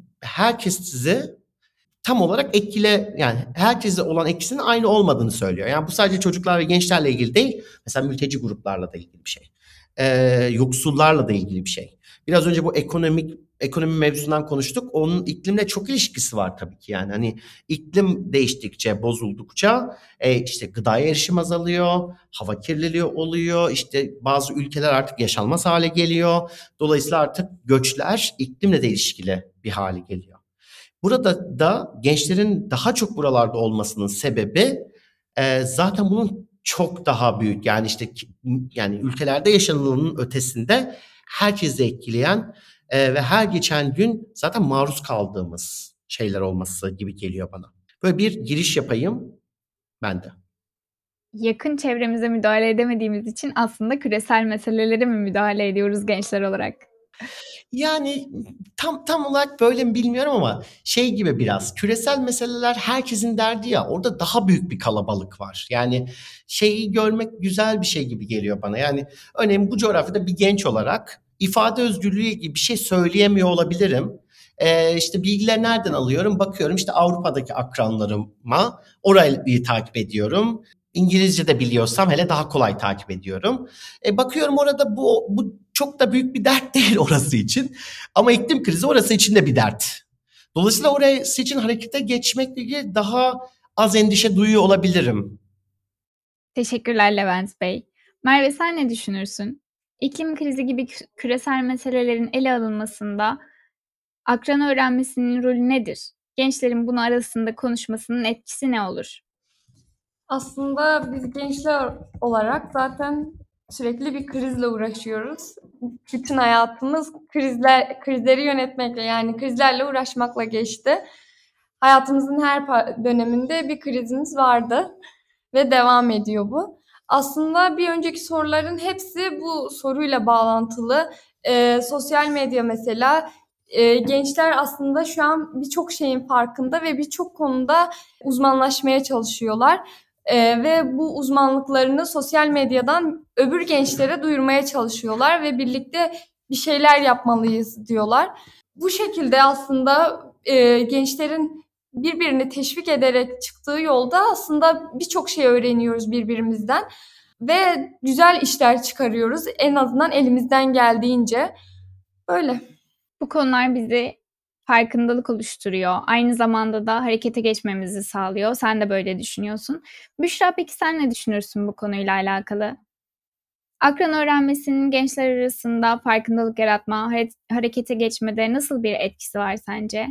herkesi tam olarak etkile yani herkese olan etkisinin aynı olmadığını söylüyor. Yani bu sadece çocuklar ve gençlerle ilgili değil. Mesela mülteci gruplarla da ilgili bir şey. Ee, yoksullarla da ilgili bir şey. Biraz önce bu ekonomik ekonomi mevzusundan konuştuk. Onun iklimle çok ilişkisi var tabii ki. Yani hani iklim değiştikçe, bozuldukça e, işte gıdaya erişim azalıyor, hava kirliliği oluyor. İşte bazı ülkeler artık yaşanmaz hale geliyor. Dolayısıyla artık göçler iklimle de ilişkili bir hale geliyor. Burada da gençlerin daha çok buralarda olmasının sebebi e, zaten bunun çok daha büyük yani işte yani ülkelerde yaşanılanın ötesinde herkesi etkileyen e, ve her geçen gün zaten maruz kaldığımız şeyler olması gibi geliyor bana. Böyle bir giriş yapayım ben de. Yakın çevremize müdahale edemediğimiz için aslında küresel meselelere mi müdahale ediyoruz gençler olarak? Yani tam tam olarak böyle mi bilmiyorum ama şey gibi biraz küresel meseleler herkesin derdi ya orada daha büyük bir kalabalık var. Yani şeyi görmek güzel bir şey gibi geliyor bana. Yani örneğin bu coğrafyada bir genç olarak ifade özgürlüğü gibi bir şey söyleyemiyor olabilirim. Ee, işte bilgileri nereden alıyorum? Bakıyorum işte Avrupa'daki akranlarıma orayı takip ediyorum. İngilizce de biliyorsam hele daha kolay takip ediyorum. E, bakıyorum orada bu, bu çok da büyük bir dert değil orası için. Ama iklim krizi orası için de bir dert. Dolayısıyla orası için harekete geçmekle ilgili daha az endişe duyuyor olabilirim. Teşekkürler Levent Bey. Merve sen ne düşünürsün? İklim krizi gibi kü- küresel meselelerin ele alınmasında akran öğrenmesinin rolü nedir? Gençlerin bunu arasında konuşmasının etkisi ne olur? Aslında biz gençler olarak zaten sürekli bir krizle uğraşıyoruz. Bütün hayatımız krizler krizleri yönetmekle yani krizlerle uğraşmakla geçti. Hayatımızın her pa- döneminde bir krizimiz vardı ve devam ediyor bu. Aslında bir önceki soruların hepsi bu soruyla bağlantılı. Ee, sosyal medya mesela e, gençler aslında şu an birçok şeyin farkında ve birçok konuda uzmanlaşmaya çalışıyorlar. Ee, ve bu uzmanlıklarını sosyal medyadan öbür gençlere duyurmaya çalışıyorlar ve birlikte bir şeyler yapmalıyız diyorlar. Bu şekilde aslında e, gençlerin birbirini teşvik ederek çıktığı yolda aslında birçok şey öğreniyoruz birbirimizden ve güzel işler çıkarıyoruz en azından elimizden geldiğince. Böyle. Bu konular bizi farkındalık oluşturuyor. Aynı zamanda da harekete geçmemizi sağlıyor. Sen de böyle düşünüyorsun. Büşra, peki sen ne düşünürsün bu konuyla alakalı? Akran öğrenmesinin gençler arasında farkındalık yaratma, harekete geçmede nasıl bir etkisi var sence?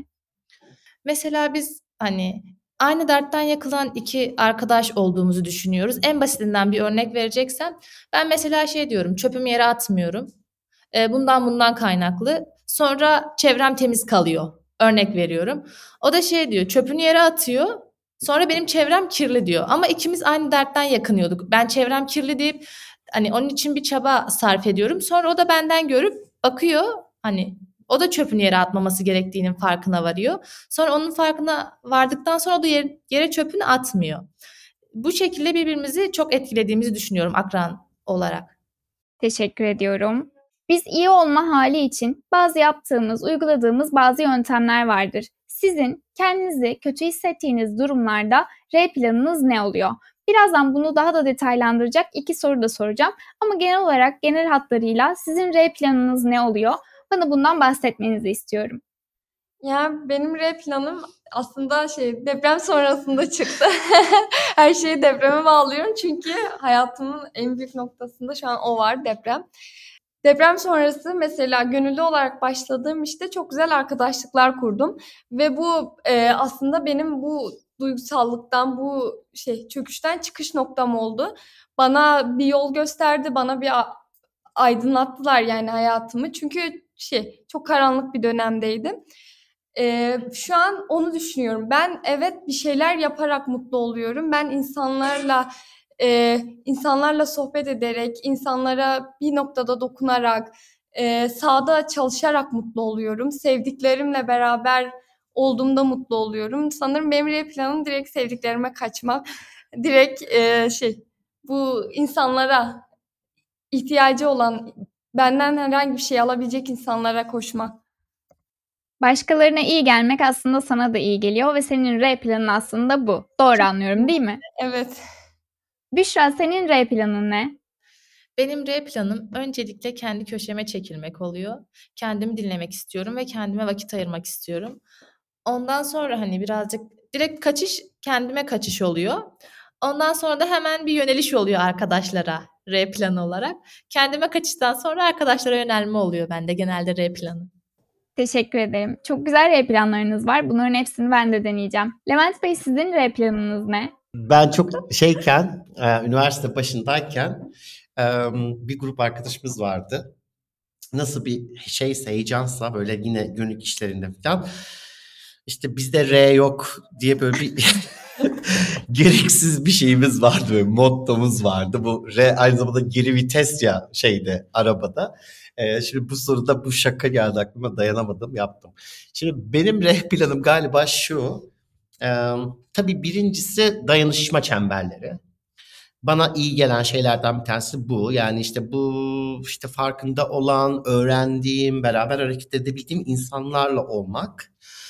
Mesela biz hani aynı dertten yakılan iki arkadaş olduğumuzu düşünüyoruz. En basitinden bir örnek vereceksem ben mesela şey diyorum, çöpümü yere atmıyorum. E, bundan bundan kaynaklı. Sonra çevrem temiz kalıyor. Örnek veriyorum. O da şey diyor, çöpünü yere atıyor. Sonra benim çevrem kirli diyor. Ama ikimiz aynı dertten yakınıyorduk. Ben çevrem kirli deyip hani onun için bir çaba sarf ediyorum. Sonra o da benden görüp bakıyor. Hani o da çöpünü yere atmaması gerektiğinin farkına varıyor. Sonra onun farkına vardıktan sonra o da yere, yere çöpünü atmıyor. Bu şekilde birbirimizi çok etkilediğimizi düşünüyorum akran olarak. Teşekkür ediyorum. Biz iyi olma hali için bazı yaptığımız, uyguladığımız bazı yöntemler vardır. Sizin kendinizi kötü hissettiğiniz durumlarda R planınız ne oluyor? Birazdan bunu daha da detaylandıracak iki soru da soracağım. Ama genel olarak genel hatlarıyla sizin R planınız ne oluyor? Bana bundan bahsetmenizi istiyorum. Ya benim R planım aslında şey deprem sonrasında çıktı. Her şeyi depreme bağlıyorum çünkü hayatımın en büyük noktasında şu an o var, deprem. Deprem sonrası mesela gönüllü olarak başladığım işte çok güzel arkadaşlıklar kurdum ve bu e, aslında benim bu duygusallıktan, bu şey çöküşten çıkış noktam oldu. Bana bir yol gösterdi, bana bir a- aydınlattılar yani hayatımı. Çünkü şey çok karanlık bir dönemdeydim. Ee, şu an onu düşünüyorum. Ben evet bir şeyler yaparak mutlu oluyorum. Ben insanlarla e, insanlarla sohbet ederek, insanlara bir noktada dokunarak, e, sahada çalışarak mutlu oluyorum. Sevdiklerimle beraber olduğumda mutlu oluyorum. Sanırım benim R planım direkt sevdiklerime kaçmak. Direkt e, şey bu insanlara ihtiyacı olan, benden herhangi bir şey alabilecek insanlara koşmak. Başkalarına iyi gelmek aslında sana da iyi geliyor ve senin R planın aslında bu. Doğru anlıyorum değil mi? Evet. Büşra, senin R planın ne? Benim R planım öncelikle kendi köşeme çekilmek oluyor. Kendimi dinlemek istiyorum ve kendime vakit ayırmak istiyorum. Ondan sonra hani birazcık direkt kaçış, kendime kaçış oluyor. Ondan sonra da hemen bir yöneliş oluyor arkadaşlara R planı olarak. Kendime kaçıştan sonra arkadaşlara yönelme oluyor bende genelde R planı. Teşekkür ederim. Çok güzel R planlarınız var. Bunların hepsini ben de deneyeceğim. Levent Bey, sizin R planınız ne? Ben çok şeyken, e, üniversite başındayken e, bir grup arkadaşımız vardı. Nasıl bir şeyse, heyecansa böyle yine günlük işlerinde falan. İşte bizde R yok diye böyle bir gereksiz bir şeyimiz vardı, böyle mottomuz vardı. Bu R aynı zamanda geri vites ya şeyde, arabada. Ee, şimdi bu soruda bu şaka geldi aklıma, dayanamadım, yaptım. Şimdi benim R planım galiba şu. Ee, tabii birincisi dayanışma çemberleri. Bana iyi gelen şeylerden bir tanesi bu. Yani işte bu işte farkında olan, öğrendiğim, beraber hareket edebildiğim insanlarla olmak.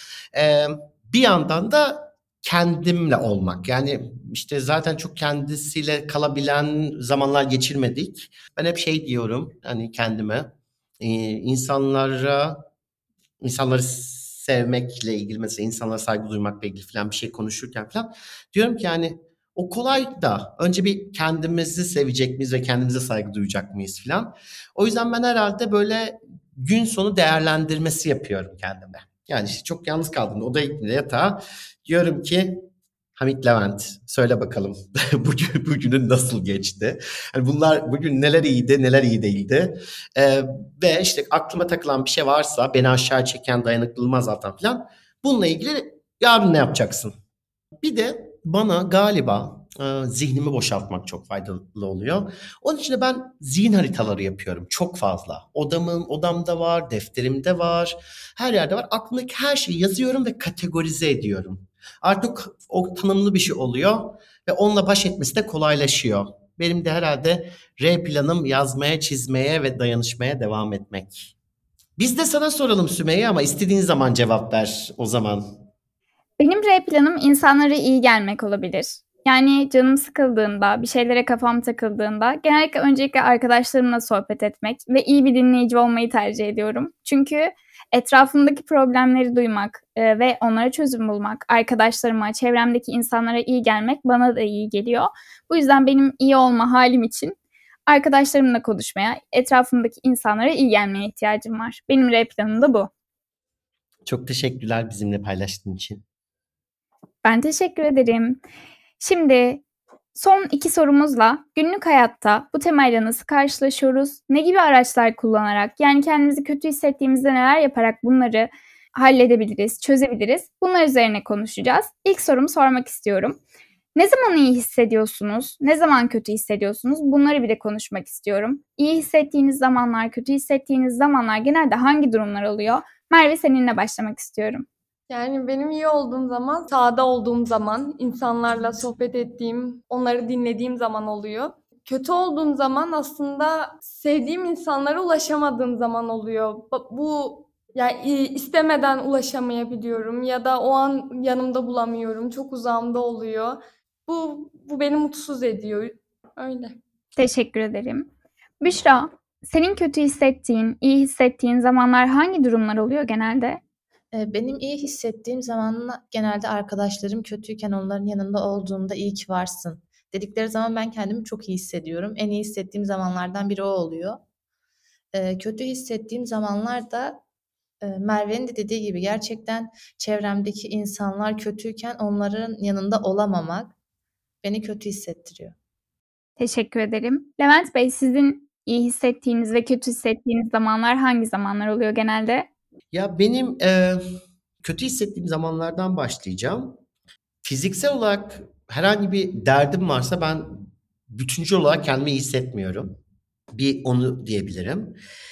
Ee, bir yandan da kendimle olmak. Yani işte zaten çok kendisiyle kalabilen zamanlar geçirmedik. Ben hep şey diyorum hani kendime, e, insanlara, insanları sevmekle ilgili, mesela insanlara saygı duymakla ilgili falan bir şey konuşurken falan diyorum ki yani o kolay da önce bir kendimizi sevecek miyiz ve kendimize saygı duyacak mıyız falan. O yüzden ben herhalde böyle gün sonu değerlendirmesi yapıyorum kendime. Yani işte çok yalnız kaldığımda odaya gittiğimde yatağa diyorum ki Hamit Levent, söyle bakalım bugün bugünün nasıl geçti? Hani bunlar bugün neler iyiydi, neler iyi değildi. Ee, ve işte aklıma takılan bir şey varsa, beni aşağı çeken, dayanıklılığımı azaltan falan, bununla ilgili yarın ne yapacaksın? Bir de bana galiba e, zihnimi boşaltmak çok faydalı oluyor. Onun için de ben zihin haritaları yapıyorum çok fazla. Odamın odamda var, defterimde var, her yerde var. Aklımdaki her şeyi yazıyorum ve kategorize ediyorum. Artık o tanımlı bir şey oluyor ve onunla baş etmesi de kolaylaşıyor. Benim de herhalde R planım yazmaya, çizmeye ve dayanışmaya devam etmek. Biz de sana soralım Sümeyye, ama istediğin zaman cevap ver o zaman. Benim R planım insanlara iyi gelmek olabilir. Yani canım sıkıldığında, bir şeylere kafam takıldığında genellikle öncelikle arkadaşlarımla sohbet etmek ve iyi bir dinleyici olmayı tercih ediyorum. Çünkü etrafımdaki problemleri duymak e, ve onlara çözüm bulmak, arkadaşlarıma, çevremdeki insanlara iyi gelmek bana da iyi geliyor. Bu yüzden benim iyi olma halim için arkadaşlarımla konuşmaya, etrafımdaki insanlara iyi gelmeye ihtiyacım var. Benim R planım da bu. Çok teşekkürler bizimle paylaştığın için. Ben teşekkür ederim. Şimdi son iki sorumuzla günlük hayatta bu temayla nasıl karşılaşıyoruz? Ne gibi araçlar kullanarak, yani kendimizi kötü hissettiğimizde neler yaparak bunları halledebiliriz, çözebiliriz? Bunlar üzerine konuşacağız. İlk sorumu sormak istiyorum. Ne zaman iyi hissediyorsunuz? Ne zaman kötü hissediyorsunuz? Bunları bir de konuşmak istiyorum. İyi hissettiğiniz zamanlar, kötü hissettiğiniz zamanlar genelde hangi durumlar oluyor? Merve, seninle başlamak istiyorum. Yani benim iyi olduğum zaman, sahada olduğum zaman, insanlarla sohbet ettiğim, onları dinlediğim zaman oluyor. Kötü olduğum zaman aslında sevdiğim insanlara ulaşamadığım zaman oluyor. Ba- Bu yani istemeden ulaşamayabiliyorum ya da o an yanımda bulamıyorum. Çok uzağımda oluyor. Bu bu beni mutsuz ediyor. Öyle. Teşekkür ederim. Büşra, senin kötü hissettiğin, iyi hissettiğin zamanlar hangi durumlar oluyor genelde? Ee, Benim iyi hissettiğim zamanla genelde arkadaşlarım kötüyken onların yanında olduğumda iyi ki varsın dedikleri zaman ben kendimi çok iyi hissediyorum. En iyi hissettiğim zamanlardan biri o oluyor. Ee, kötü hissettiğim zamanlarda e, Merve'nin de dediği gibi gerçekten çevremdeki insanlar kötüyken onların yanında olamamak beni kötü hissettiriyor. Teşekkür ederim. Levent Bey, sizin iyi hissettiğiniz ve kötü hissettiğiniz zamanlar hangi zamanlar oluyor genelde? Ya benim e, kötü hissettiğim zamanlardan başlayacağım. Fiziksel olarak herhangi bir derdim varsa ben bütüncül olarak kendimi iyi hissetmiyorum. Bir onu diyebilirim.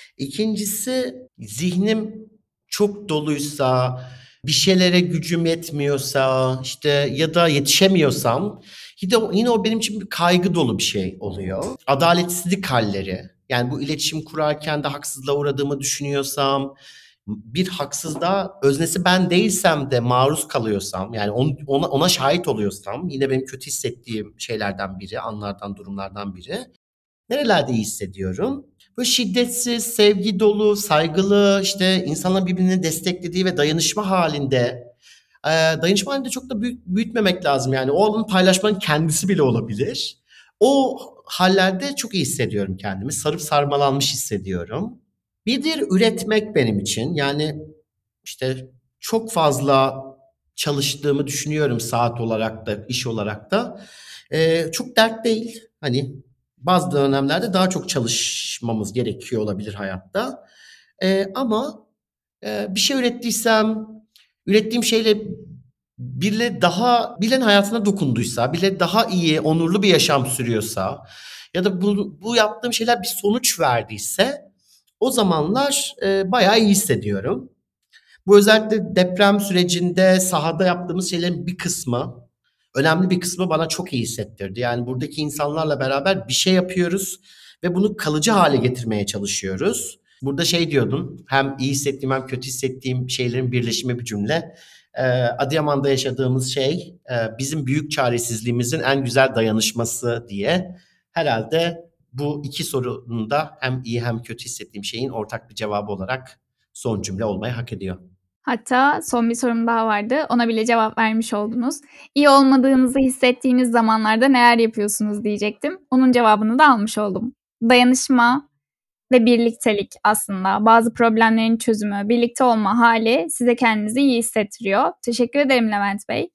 İkincisi, zihnim çok doluysa, bir şeylere gücüm yetmiyorsa, işte ya da yetişemiyorsam yine, yine o benim için bir kaygı dolu bir şey oluyor. Adaletsizlik halleri. Yani bu iletişim kurarken de haksızlığa uğradığımı düşünüyorsam, bir haksızlığa öznesi ben değilsem de maruz kalıyorsam, yani on- ona, ona şahit oluyorsam yine benim kötü hissettiğim şeylerden biri, anlardan, durumlardan biri. Nerelerde iyi hissediyorum? Böyle şiddetsiz, sevgi dolu, saygılı, işte insanların birbirini desteklediği ve dayanışma halinde. Ee, dayanışma halinde çok da büyük, büyütmemek lazım yani. O alanı paylaşmanın kendisi bile olabilir. O hallerde çok iyi hissediyorum kendimi. Sarıp sarmalanmış hissediyorum. Bir de üretmek benim için. Yani işte çok fazla çalıştığımı düşünüyorum saat olarak da, iş olarak da. Ee, çok dert değil. Hani bazı dönemlerde daha çok çalışmamız gerekiyor olabilir hayatta. Ee, ama e, bir şey ürettiysem, ürettiğim şeyle birileri daha, birilerinin hayatına dokunduysa, birileri daha iyi, onurlu bir yaşam sürüyorsa ya da bu, bu yaptığım şeyler bir sonuç verdiyse o zamanlar e, bayağı iyi hissediyorum. Bu özellikle deprem sürecinde sahada yaptığımız şeylerin bir kısmı, önemli bir kısmı bana çok iyi hissettirdi. Yani buradaki insanlarla beraber bir şey yapıyoruz ve bunu kalıcı hale getirmeye çalışıyoruz. Burada şey diyordum, hem iyi hissettiğim hem kötü hissettiğim şeylerin birleşimi bir cümle. Ee, Adıyaman'da yaşadığımız şey e, bizim büyük çaresizliğimizin en güzel dayanışması diye. Herhalde bu iki sorunun da hem iyi hem kötü hissettiğim şeyin ortak bir cevabı olarak son cümle olmayı hak ediyor. Hatta son bir sorum daha vardı. Ona bile cevap vermiş oldunuz. İyi olmadığınızı hissettiğiniz zamanlarda neler yapıyorsunuz diyecektim. Onun cevabını da almış oldum. Dayanışma ve birliktelik aslında. Bazı problemlerin çözümü, birlikte olma hali size kendinizi iyi hissettiriyor. Teşekkür ederim Levent Bey.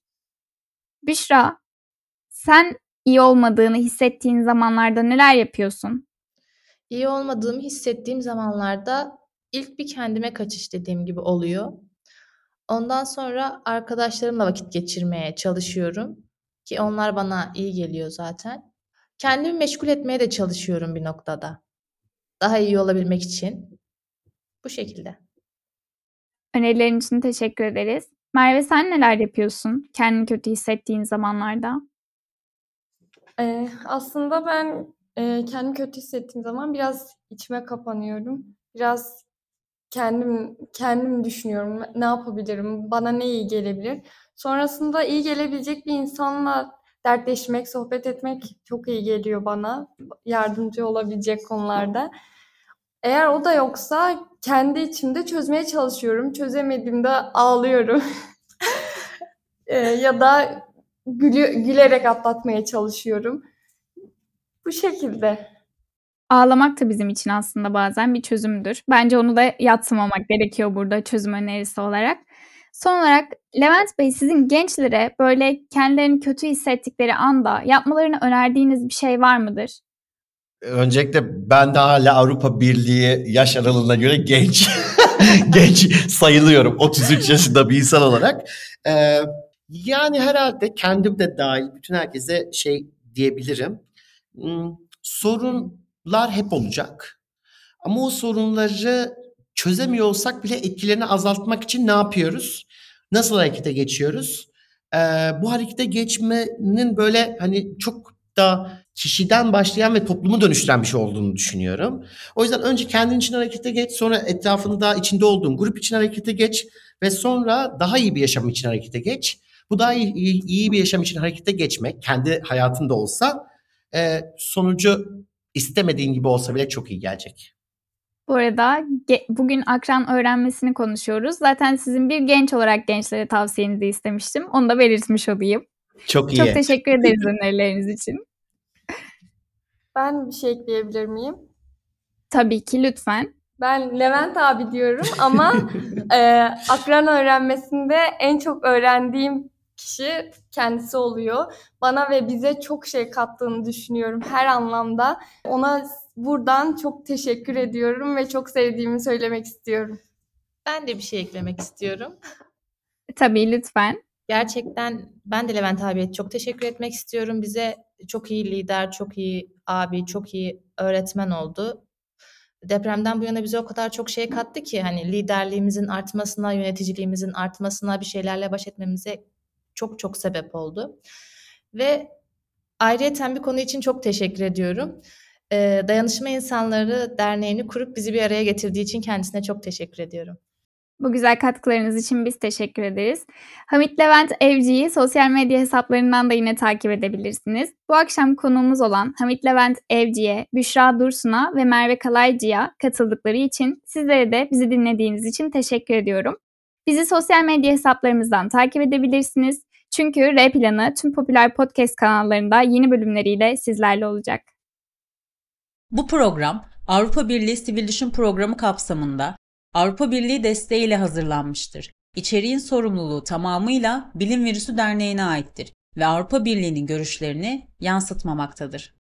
Büşra, sen iyi olmadığını hissettiğin zamanlarda neler yapıyorsun? İyi olmadığımı hissettiğim zamanlarda ilk bir kendime kaçış dediğim gibi oluyor. Ondan sonra arkadaşlarımla vakit geçirmeye çalışıyorum ki onlar bana iyi geliyor zaten. Kendimi meşgul etmeye de çalışıyorum bir noktada. Daha iyi olabilmek için. Bu şekilde. Önerilerin için teşekkür ederiz. Merve, sen neler yapıyorsun kendini kötü hissettiğin zamanlarda? Ee, aslında ben e, kendimi kötü hissettiğim zaman biraz içime kapanıyorum. Biraz kendim kendim düşünüyorum. Ne yapabilirim? Bana ne iyi gelebilir? Sonrasında iyi gelebilecek bir insanla dertleşmek, sohbet etmek çok iyi geliyor bana. Yardımcı olabilecek konularda. Eğer o da yoksa kendi içimde çözmeye çalışıyorum. Çözemediğimde ağlıyorum. Ee, ya da gülü, gülerek atlatmaya çalışıyorum. Bu şekilde. Ağlamak da bizim için aslında bazen bir çözümdür. Bence onu da yadsımamak gerekiyor burada çözüm önerisi olarak. Son olarak Levent Bey, sizin gençlere böyle kendilerini kötü hissettikleri anda yapmalarını önerdiğiniz bir şey var mıdır? Öncelikle ben de hala Avrupa Birliği yaş aralığına göre genç genç sayılıyorum otuz üç yaşında bir insan olarak. Ee, yani herhalde kendim de dahil bütün herkese şey diyebilirim. Hmm, sorunlar hep olacak. Ama o sorunları çözemiyor olsak bile etkilerini azaltmak için ne yapıyoruz? Nasıl harekete geçiyoruz? Ee, bu harekete geçmenin böyle hani çok da kişiden başlayan ve toplumu dönüştüren bir şey olduğunu düşünüyorum. O yüzden önce kendin için harekete geç, sonra etrafında içinde olduğun grup için harekete geç ve sonra daha iyi bir yaşam için harekete geç. Bu daha iyi, iyi, iyi bir yaşam için harekete geçmek, kendi hayatında olsa e, sonucu istemediğin gibi olsa bile çok iyi gelecek. Bu arada ge- bugün akran öğrenmesini konuşuyoruz. Zaten sizin bir genç olarak gençlere tavsiyenizi istemiştim. Onu da belirtmiş olayım. Çok iyi. Çok teşekkür ederiz önerileriniz için. Ben bir şey ekleyebilir miyim? Tabii ki, lütfen. Ben Levent abi diyorum ama e, akran öğrenmesinde en çok öğrendiğim kişi kendisi oluyor. Bana ve bize çok şey kattığını düşünüyorum her anlamda. Ona buradan çok teşekkür ediyorum ve çok sevdiğimi söylemek istiyorum. Ben de bir şey eklemek istiyorum. Tabii, lütfen. Gerçekten ben de Levent abiye çok teşekkür etmek istiyorum. Bize çok iyi lider, çok iyi abi, çok iyi öğretmen oldu. Depremden bu yana bize o kadar çok şey kattı ki hani liderliğimizin artmasına, yöneticiliğimizin artmasına, bir şeylerle baş etmemize çok çok sebep oldu. Ve ayrıyeten bir konu için çok teşekkür ediyorum. Ee, Dayanışma İnsanları Derneği'ni kurup bizi bir araya getirdiği için kendisine çok teşekkür ediyorum. Bu güzel katkılarınız için biz teşekkür ederiz. Hamit Levent Evci'yi sosyal medya hesaplarından da yine takip edebilirsiniz. Bu akşam konuğumuz olan Hamit Levent Evci'ye, Büşra Dursun'a ve Merve Kalaycı'ya katıldıkları için sizlere de bizi dinlediğiniz için teşekkür ediyorum. Bizi sosyal medya hesaplarımızdan takip edebilirsiniz. Çünkü R Planı tüm popüler podcast kanallarında yeni bölümleriyle sizlerle olacak. Bu program Avrupa Birliği Sivil Düşün Programı kapsamında Avrupa Birliği desteğiyle hazırlanmıştır. İçeriğin sorumluluğu tamamıyla Bilim Virüsü Derneği'ne aittir ve Avrupa Birliği'nin görüşlerini yansıtmamaktadır.